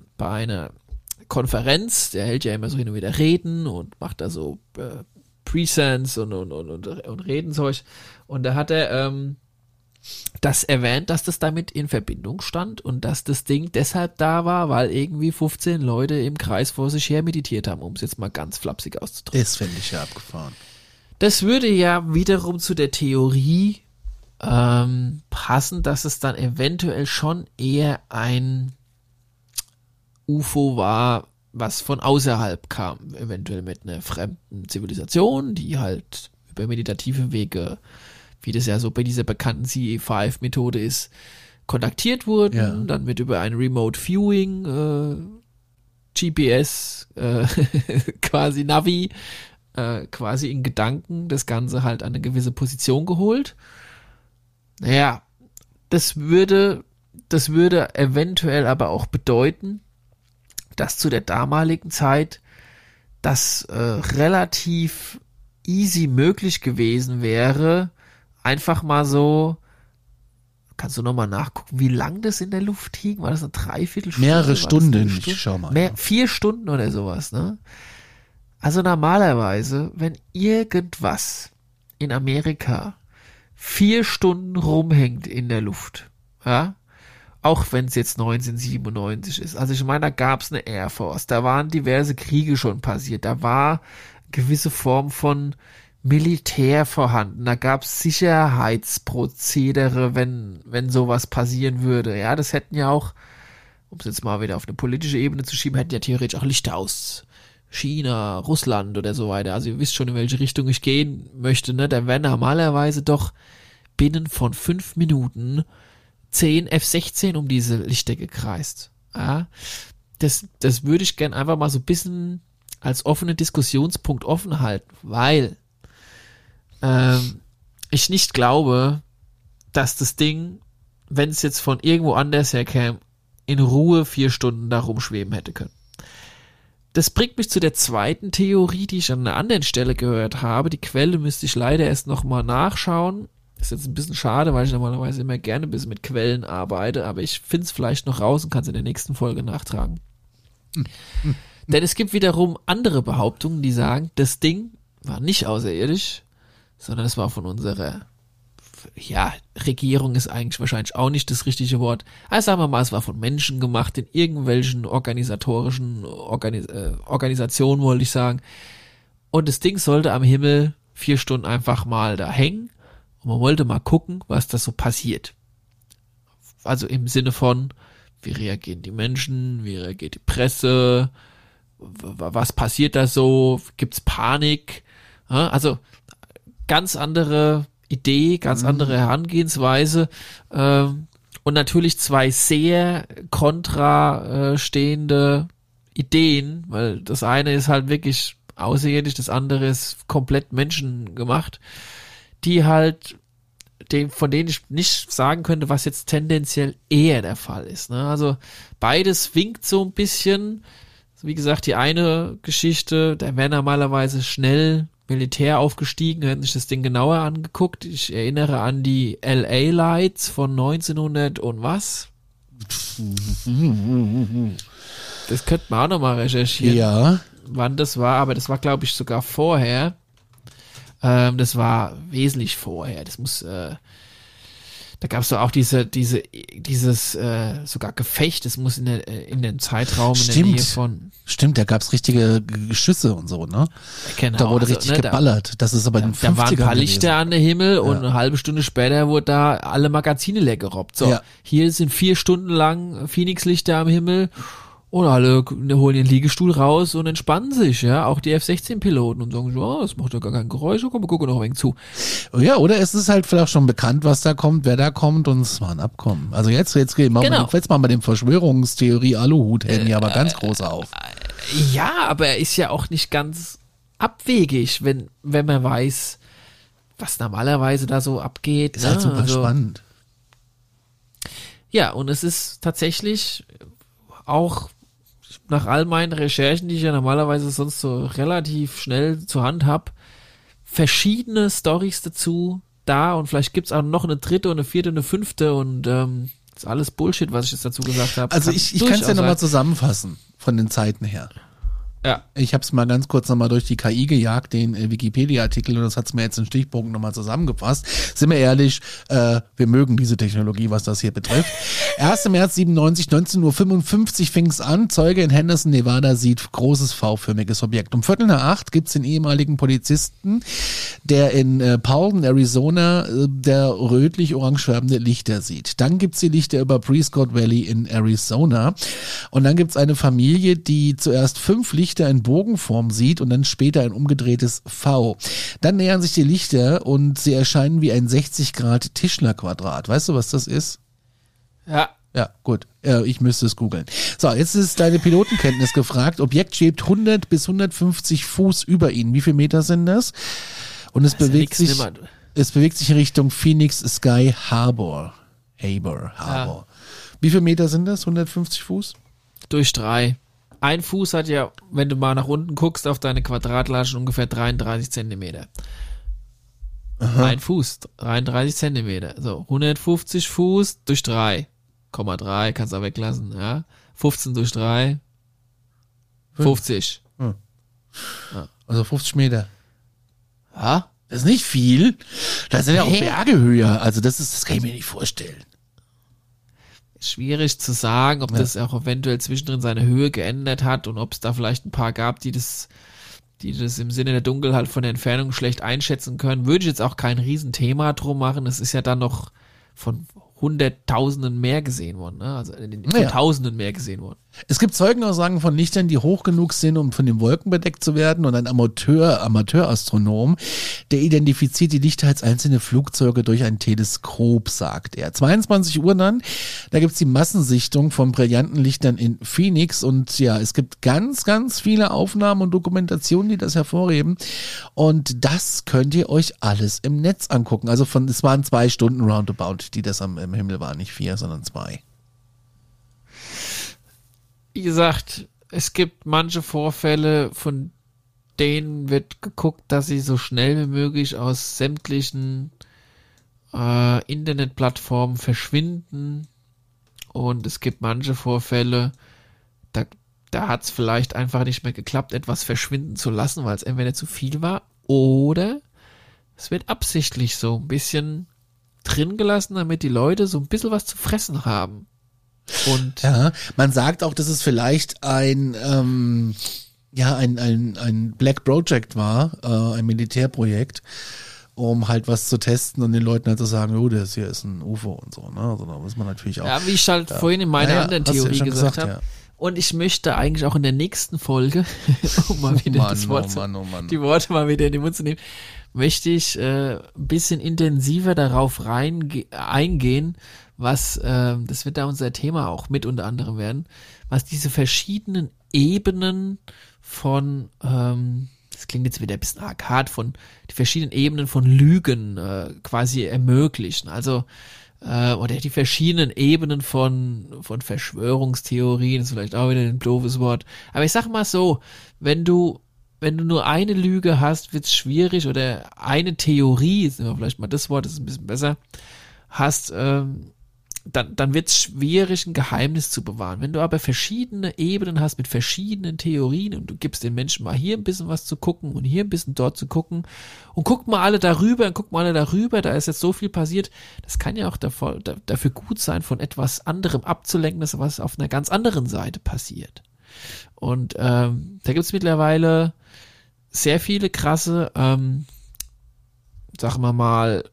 Konferenz, der hält ja immer so hin und wieder Reden und macht da so Presents und Redenzeug, und da hat er das erwähnt, dass das damit in Verbindung stand und dass das Ding deshalb da war, weil irgendwie 15 Leute im Kreis vor sich her meditiert haben, um es jetzt mal ganz flapsig auszudrücken. Das fände ich ja abgefahren. Das würde ja wiederum zu der Theorie passen, dass es dann eventuell schon eher ein UFO war, was von außerhalb kam, eventuell mit einer fremden Zivilisation, die halt über meditative Wege, wie das ja so bei dieser bekannten CE5-Methode ist, kontaktiert wurden. Ja. Dann wird über ein Remote Viewing, GPS, quasi Navi, quasi in Gedanken das Ganze halt an eine gewisse Position geholt. Naja, das würde eventuell aber auch bedeuten, dass zu der damaligen Zeit das relativ easy möglich gewesen wäre, einfach mal so, kannst du nochmal nachgucken, wie lang das in der Luft hing? War das eine Dreiviertelstunde? Mehrere Stunden, ich schau mal. 4 Stunden oder sowas, ne? Also normalerweise, wenn irgendwas in Amerika 4 Stunden rumhängt in der Luft, ja, auch wenn es jetzt 1997 ist. Also ich meine, da gab es eine Air Force, da waren diverse Kriege schon passiert, da war gewisse Form von Militär vorhanden, da gab es Sicherheitsprozedere, wenn sowas passieren würde. Ja, das hätten ja auch, um es jetzt mal wieder auf eine politische Ebene zu schieben, hätten ja theoretisch auch Lichter aus China, Russland oder so weiter. Also ihr wisst schon, in welche Richtung ich gehen möchte, ne? Da werden normalerweise doch binnen von 5 Minuten 10 F-16 um diese Lichter gekreist. Ja, das würde ich gern einfach mal so ein bisschen als offenen Diskussionspunkt offen halten, weil ich nicht glaube, dass das Ding, wenn es jetzt von irgendwo anders herkäme, in Ruhe 4 Stunden da rumschweben hätte können. Das bringt mich zu der zweiten Theorie, die ich an einer anderen Stelle gehört habe. Die Quelle müsste ich leider erst nochmal nachschauen. Ist jetzt ein bisschen schade, weil ich normalerweise immer gerne ein bisschen mit Quellen arbeite, aber ich finde es vielleicht noch raus und kann es in der nächsten Folge nachtragen. Denn es gibt wiederum andere Behauptungen, die sagen, das Ding war nicht außerirdisch, sondern es war von unserer, ja, Regierung ist eigentlich wahrscheinlich auch nicht das richtige Wort. Also sagen wir mal, es war von Menschen gemacht, in irgendwelchen organisatorischen Organisationen, wollte ich sagen. Und das Ding sollte am Himmel 4 Stunden einfach mal da hängen. Und man wollte mal gucken, was da so passiert. Also im Sinne von, wie reagieren die Menschen, wie reagiert die Presse, was passiert da so, gibt's Panik? Also ganz andere Idee, ganz andere Herangehensweise und natürlich 2 sehr kontrastehende Ideen, weil das eine ist halt wirklich außerirdisch, das andere ist komplett menschengemacht, die halt von denen ich nicht sagen könnte, was jetzt tendenziell eher der Fall ist. Ne? Also beides winkt so ein bisschen. Wie gesagt, die eine Geschichte, da wäre normalerweise schnell Militär aufgestiegen, hätten sich das Ding genauer angeguckt. Ich erinnere an die LA Lights von 1900 und was? Das könnte man auch nochmal recherchieren. Ja. Wann das war, aber das war, glaube ich, sogar vorher. Das war wesentlich vorher. Das muss, da gab es doch auch dieses sogar Gefecht. Das muss in dem Zeitraum in der Nähe von Stimmt, da gab's richtige Schüsse und so, ne? Genau, Da wurde richtig geballert. Das ist aber in den 50ern da waren ein paar gewesen. Lichter an der Himmel und eine halbe Stunde später wurde da alle Magazine leer gerobbt. So, Ja. hier sind 4 Stunden lang Phoenix-Lichter am Himmel und alle holen ihren Liegestuhl raus und entspannen sich, ja. Auch die F-16-Piloten und sagen so, oh, das macht ja gar kein Geräusch, komm, wir gucken noch ein wenig zu. Ja, oder es ist halt vielleicht schon bekannt, was da kommt, wer da kommt und es war ein Abkommen. Also jetzt machen Genau. wir jetzt mal den Verschwörungstheorie Aluhut Henny, aber ganz groß auf. Ja, aber er ist ja auch nicht ganz abwegig, wenn man weiß, was normalerweise da so abgeht. Ist halt ne? super spannend. Ja, und es ist tatsächlich auch nach all meinen Recherchen, die ich ja normalerweise sonst so relativ schnell zur Hand habe, verschiedene Storys dazu da und vielleicht gibt's auch noch eine dritte und eine vierte und eine fünfte und ist alles Bullshit, was ich jetzt dazu gesagt habe. Also ich kann es ja nochmal zusammenfassen von den Zeiten her. Ja. Ich habe es mal ganz kurz nochmal durch die KI gejagt, den Wikipedia-Artikel, und das hat's mir jetzt in Stichpunkten nochmal zusammengefasst. Sind wir ehrlich, wir mögen diese Technologie, was das hier betrifft. 1. März 97, 19:55 Uhr fing's an. Zeuge in Henderson, Nevada, sieht großes V-förmiges Objekt. Um 7:45 gibt's den ehemaligen Polizisten, der in Paulden, Arizona, der rötlich-orangefarbene Lichter sieht. Dann gibt's die Lichter über Prescott Valley in Arizona. Und dann gibt's eine Familie, die zuerst 5 Lichter in Bogenform sieht und dann später ein umgedrehtes V. Dann nähern sich die Lichter und sie erscheinen wie ein 60° Tischlerquadrat. Weißt du, was das ist? Ja. Ja, gut. Ich müsste es googeln. So, jetzt ist deine Pilotenkenntnis gefragt. Objekt schwebt 100 bis 150 Fuß über ihnen. Wie viele Meter sind das? Und es bewegt sich in Richtung Phoenix Sky Harbor. Harbor. Wie viele Meter sind das? 150 Fuß? Durch 3. Ein Fuß hat ja, wenn du mal nach unten guckst, auf deine Quadratlasche ungefähr 33 Zentimeter. Aha. Ein Fuß, 33 Zentimeter. So, 150 Fuß durch 3,3, kannst du auch weglassen, ja. 15 durch 3, 50. Also 50 Meter. Ja? Das ist nicht viel. Da sind ja auch Nee. Berge höher. Also das kann ich mir nicht vorstellen. Schwierig zu sagen, ob das auch eventuell zwischendrin seine Höhe geändert hat und ob es da vielleicht ein paar gab, die das im Sinne der Dunkelheit von der Entfernung schlecht einschätzen können. Würde ich jetzt auch kein Riesenthema drum machen. Es ist ja dann noch von Hunderttausenden mehr gesehen worden, ne? Also von Tausenden mehr gesehen worden. Es gibt Zeugenaussagen von Lichtern, die hoch genug sind, um von den Wolken bedeckt zu werden, und ein Amateurastronom, der identifiziert die Lichter als einzelne Flugzeuge durch ein Teleskop, sagt er. 22 Uhr dann, da gibt's die Massensichtung von brillanten Lichtern in Phoenix, und ja, es gibt ganz, ganz viele Aufnahmen und Dokumentationen, die das hervorheben, und das könnt ihr euch alles im Netz angucken. Also es waren 2 Stunden roundabout, die das im Himmel waren, nicht 4, sondern 2. Wie gesagt, es gibt manche Vorfälle, von denen wird geguckt, dass sie so schnell wie möglich aus sämtlichen Internetplattformen verschwinden. Und es gibt manche Vorfälle, da hat es vielleicht einfach nicht mehr geklappt, etwas verschwinden zu lassen, weil es entweder zu viel war, oder es wird absichtlich so ein bisschen drin gelassen, damit die Leute so ein bisschen was zu fressen haben. Und ja, man sagt auch, dass es vielleicht ein Black Project war, ein Militärprojekt, um halt was zu testen und den Leuten halt zu sagen, oh, das hier ist ein UFO und so, ne? Also da muss man natürlich auch. Ja, wie ich halt vorhin in meiner anderen hast du ja Theorie schon gesagt habe. ja. Und ich möchte eigentlich auch in der nächsten Folge, um mal wieder die Worte mal wieder in den Mund zu nehmen, möchte ich ein bisschen intensiver darauf eingehen, was, das wird da unser Thema auch mit unter anderem werden, was diese verschiedenen Ebenen von, das klingt jetzt wieder ein bisschen arg hart, von die verschiedenen Ebenen von Lügen quasi ermöglichen. Also oder die verschiedenen Ebenen von Verschwörungstheorien, ist vielleicht auch wieder ein doofes Wort. Aber ich sag mal so, wenn du nur eine Lüge hast, wird's schwierig, oder eine Theorie, ist immer vielleicht mal das Wort, das ist ein bisschen besser, hast, dann wird's schwierig, ein Geheimnis zu bewahren. Wenn du aber verschiedene Ebenen hast mit verschiedenen Theorien und du gibst den Menschen mal hier ein bisschen was zu gucken und hier ein bisschen dort zu gucken und guck mal alle darüber, da ist jetzt so viel passiert, das kann ja auch dafür gut sein, von etwas anderem abzulenken, das was auf einer ganz anderen Seite passiert. Und da gibt's mittlerweile sehr viele krasse, sagen wir mal,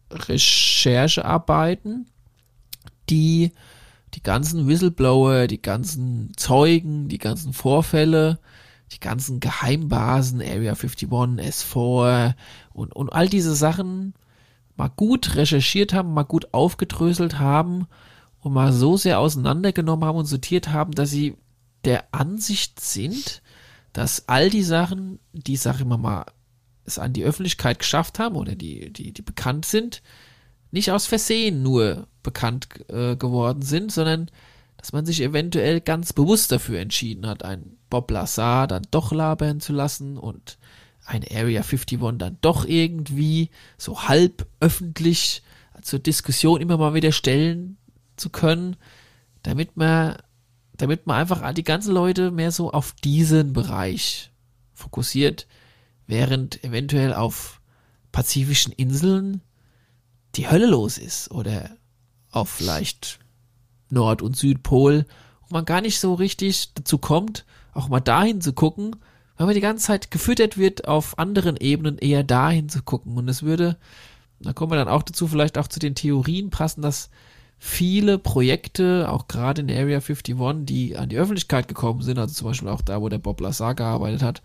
Recherchearbeiten, die ganzen Whistleblower, die ganzen Zeugen, die ganzen Vorfälle, die ganzen Geheimbasen, Area 51, S4 und all diese Sachen mal gut recherchiert haben, mal gut aufgedröselt haben und mal so sehr auseinandergenommen haben und sortiert haben, dass sie der Ansicht sind, dass all die Sachen, die, sag ich mal, es an die Öffentlichkeit geschafft haben oder die bekannt sind, nicht aus Versehen nur bekannt geworden sind, sondern dass man sich eventuell ganz bewusst dafür entschieden hat, einen Bob Lazar dann doch labern zu lassen und eine Area 51 dann doch irgendwie so halb öffentlich zur Diskussion immer mal wieder stellen zu können, damit man einfach die ganzen Leute mehr so auf diesen Bereich fokussiert, während eventuell auf pazifischen Inseln die Hölle los ist oder auf vielleicht Nord- und Südpol und man gar nicht so richtig dazu kommt, auch mal dahin zu gucken, weil man die ganze Zeit gefüttert wird, auf anderen Ebenen eher dahin zu gucken. Und es würde, da kommen wir dann auch dazu, vielleicht auch zu den Theorien passen, dass viele Projekte, auch gerade in Area 51, die an die Öffentlichkeit gekommen sind, also zum Beispiel auch da, wo der Bob Lazar gearbeitet hat,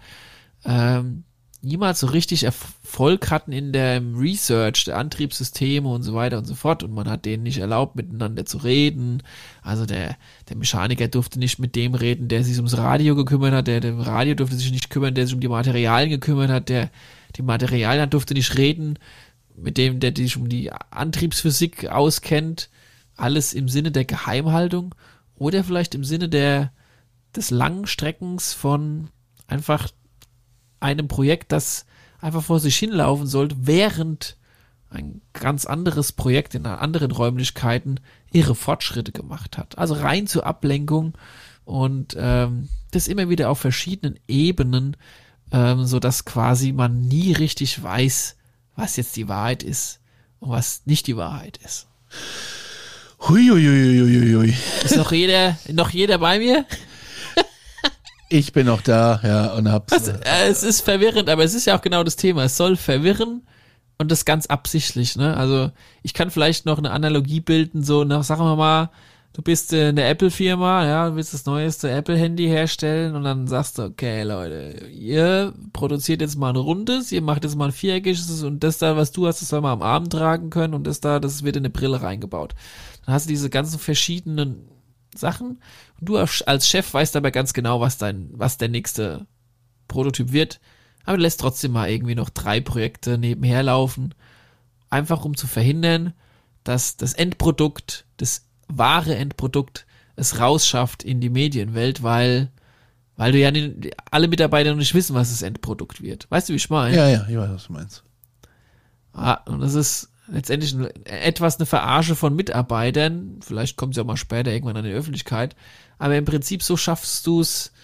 niemals so richtig Erfolg hatten in dem Research der Antriebssysteme und so weiter und so fort und man hat denen nicht erlaubt, miteinander zu reden. Also der Mechaniker durfte nicht mit dem reden, der sich ums Radio gekümmert hat, der Radio durfte sich nicht kümmern, der sich um die Materialien gekümmert hat, die Materialien durfte nicht reden mit dem, der sich um die Antriebsphysik auskennt. Alles im Sinne der Geheimhaltung oder vielleicht im Sinne des langen Streckens von einfach einem Projekt, das einfach vor sich hinlaufen sollte, während ein ganz anderes Projekt in anderen Räumlichkeiten ihre Fortschritte gemacht hat. Also rein zur Ablenkung und das immer wieder auf verschiedenen Ebenen, sodass quasi man nie richtig weiß, was jetzt die Wahrheit ist und was nicht die Wahrheit ist. Huiuiuiuiui. Ist noch jeder bei mir? Ich bin noch da, ja, und hab's. Es ist verwirrend, aber es ist ja auch genau das Thema. Es soll verwirren und das ganz absichtlich, ne? Also, ich kann vielleicht noch eine Analogie bilden, so nach, sagen wir mal, du bist in der Apple-Firma, ja, du willst das neueste Apple-Handy herstellen und dann sagst du, okay, Leute, ihr produziert jetzt mal ein rundes, ihr macht jetzt mal ein viereckiges und das da, was du hast, das soll man am Arm tragen können und das wird in eine Brille reingebaut. Dann hast du diese ganzen verschiedenen Sachen und du als Chef weißt aber ganz genau, was der nächste Prototyp wird, aber du lässt trotzdem mal irgendwie noch 3 Projekte nebenher laufen, einfach um zu verhindern, dass das Endprodukt, das wahre Endprodukt es rausschafft in die Medienwelt, weil du ja alle Mitarbeiter noch nicht wissen, was das Endprodukt wird. Weißt du, wie ich meine? Ja, ich weiß, was du meinst. Und das ist letztendlich eine Verarsche von Mitarbeitern. Vielleicht kommt es ja auch mal später irgendwann an die Öffentlichkeit. Aber im Prinzip so schaffst du es,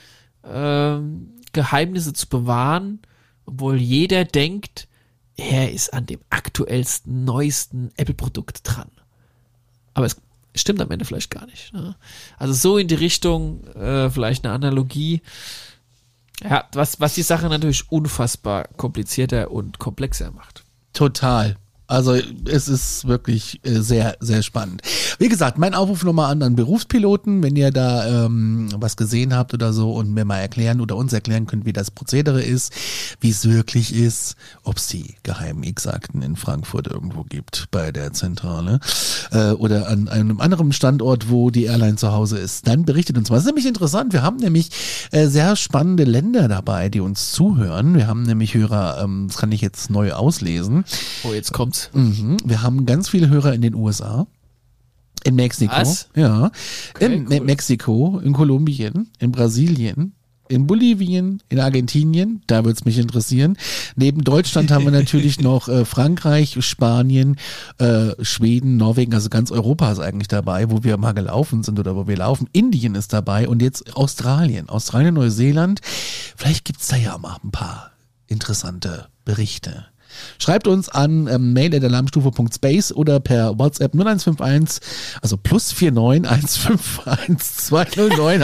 Geheimnisse zu bewahren, obwohl jeder denkt, er ist an dem aktuellsten, neuesten Apple-Produkt dran. Aber es stimmt am Ende vielleicht gar nicht. Ne? Also so in die Richtung, vielleicht eine Analogie. Ja, was die Sache natürlich unfassbar komplizierter und komplexer macht. Total. Also es ist wirklich sehr, sehr spannend. Wie gesagt, mein Aufruf nochmal an Berufspiloten, wenn ihr da was gesehen habt oder so und mir mal erklären oder uns erklären könnt, wie das Prozedere ist, wie es wirklich ist, ob es die geheimen X-Akten in Frankfurt irgendwo gibt bei der Zentrale oder an einem anderen Standort, wo die Airline zu Hause ist, dann berichtet uns mal. Das ist nämlich interessant. Wir haben nämlich sehr spannende Länder dabei, die uns zuhören. Wir haben nämlich Hörer, das kann ich jetzt neu auslesen. Oh, jetzt kommt's. Wir haben ganz viele Hörer in den USA, in Mexiko, Was? ja, Okay, in cool. Mexiko, in Kolumbien, in Brasilien, in Bolivien, in Argentinien, da wird's mich interessieren. Neben Deutschland haben wir natürlich noch Frankreich, Spanien, Schweden, Norwegen, also ganz Europa ist eigentlich dabei, wo wir mal gelaufen sind oder wo wir laufen. Indien ist dabei und jetzt Australien, Neuseeland. Vielleicht gibt's da ja mal ein paar interessante Berichte Schreibt uns an mail@alarmstufe.space oder per WhatsApp 0151, also +49 151 209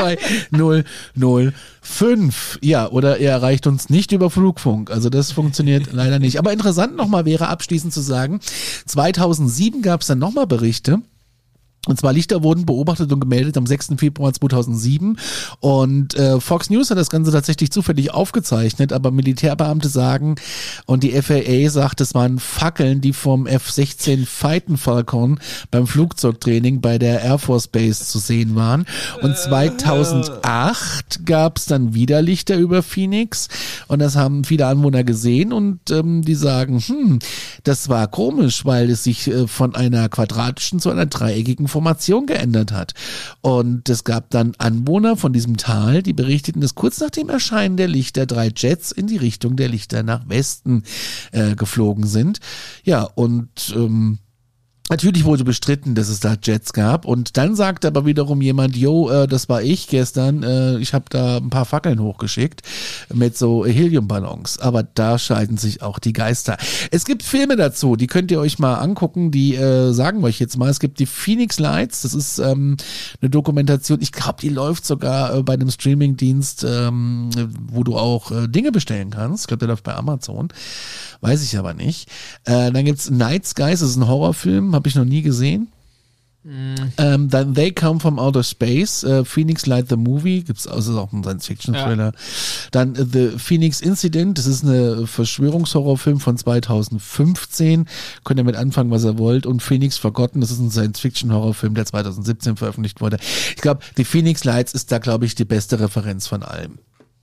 12005. Ja, oder ihr erreicht uns nicht über Flugfunk. Also das funktioniert leider nicht. Aber interessant nochmal wäre abschließend zu sagen, 2007 gab es dann nochmal Berichte. Und zwar Lichter wurden beobachtet und gemeldet am 6. Februar 2007 und Fox News hat das Ganze tatsächlich zufällig aufgezeichnet, aber Militärbeamte sagen und die FAA sagt, es waren Fackeln, die vom F-16 Fighten Falcon beim Flugzeugtraining bei der Air Force Base zu sehen waren. Und 2008 gab es dann wieder Lichter über Phoenix und das haben viele Anwohner gesehen und die sagen, das war komisch, weil es sich von einer quadratischen zu einer dreieckigen Formation geändert hat. Und es gab dann Anwohner von diesem Tal, die berichteten, dass kurz nach dem Erscheinen der Lichter 3 Jets in die Richtung der Lichter nach Westen geflogen sind. Ja, und natürlich wurde bestritten, dass es da Jets gab und dann sagte aber wiederum jemand, das war ich gestern, ich habe da ein paar Fackeln hochgeschickt mit so Heliumballons, aber da scheiden sich auch die Geister. Es gibt Filme dazu, die könnt ihr euch mal angucken, die sagen wir euch jetzt mal, es gibt die Phoenix Lights, das ist eine Dokumentation, ich glaube, die läuft sogar bei einem Streamingdienst, wo du auch Dinge bestellen kannst, ich glaube, der läuft bei Amazon, weiß ich aber nicht. Dann gibt's Night Skies, das ist ein Horrorfilm, habe ich noch nie gesehen. Dann They Come From Outer Space, Phoenix Light the Movie, gibt's also auch einen Science-Fiction-Thriller. Ja. Dann The Phoenix Incident, das ist eine Verschwörungshorrorfilm von 2015. Könnt ihr mit anfangen, was ihr wollt. Und Phoenix Forgotten, das ist ein Science-Fiction-Horrorfilm, der 2017 veröffentlicht wurde. Ich glaube, die Phoenix Lights ist da, glaube ich, die beste Referenz von allem.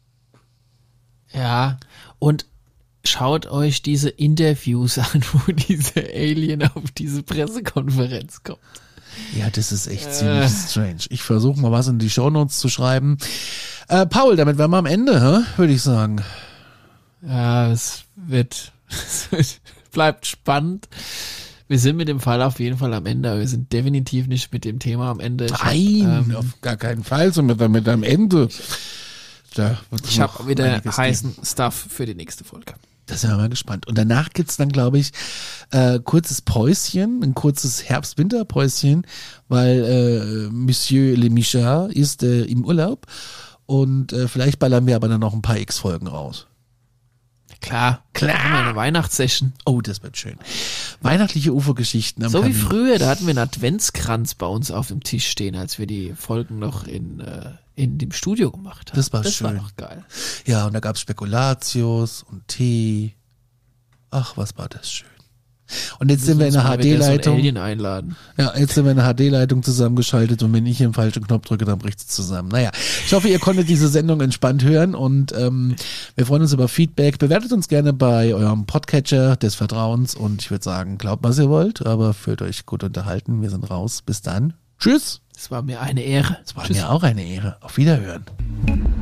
Ja, und schaut euch diese Interviews an, wo diese Alien auf diese Pressekonferenz kommt. Ja, das ist echt ziemlich strange. Ich versuche mal was in die Shownotes zu schreiben. Paul, damit wären wir am Ende, würde ich sagen. Ja, es bleibt spannend. Wir sind mit dem Fall auf jeden Fall am Ende, aber wir sind definitiv nicht mit dem Thema am Ende. Nein, auf gar keinen Fall sind wir damit am Ende. Ich habe wieder heißen Stuff für die nächste Folge. Da sind wir mal gespannt. Und danach gibt's dann, glaube ich, kurzes Päuschen, ein kurzes Herbst-Winter-Päuschen, weil Monsieur Le Michard ist im Urlaub und vielleicht ballern wir aber dann noch ein paar X-Folgen raus. Klar. Eine Weihnachtssession. Oh, das wird schön. Weihnachtliche UFO-Geschichten am So Kamin. wie früher, da hatten wir einen Adventskranz bei uns auf dem Tisch stehen, als wir die Folgen noch in dem Studio gemacht haben. Das war schön. Das war noch geil. Ja, und da gab's Spekulatius und Tee. Ach, was war das schön. Und jetzt sind wir in einer HD-Leitung. So Alien einladen. Ja, jetzt sind wir in einer HD-Leitung zusammengeschaltet und wenn ich hier den falschen Knopf drücke, dann bricht es zusammen. Naja, ich hoffe, ihr konntet diese Sendung entspannt hören und wir freuen uns über Feedback. Bewertet uns gerne bei eurem Podcatcher des Vertrauens und ich würde sagen, glaubt, was ihr wollt, aber fühlt euch gut unterhalten. Wir sind raus. Bis dann. Tschüss. Es war mir eine Ehre. Es war mir auch eine Ehre. Auf Wiederhören.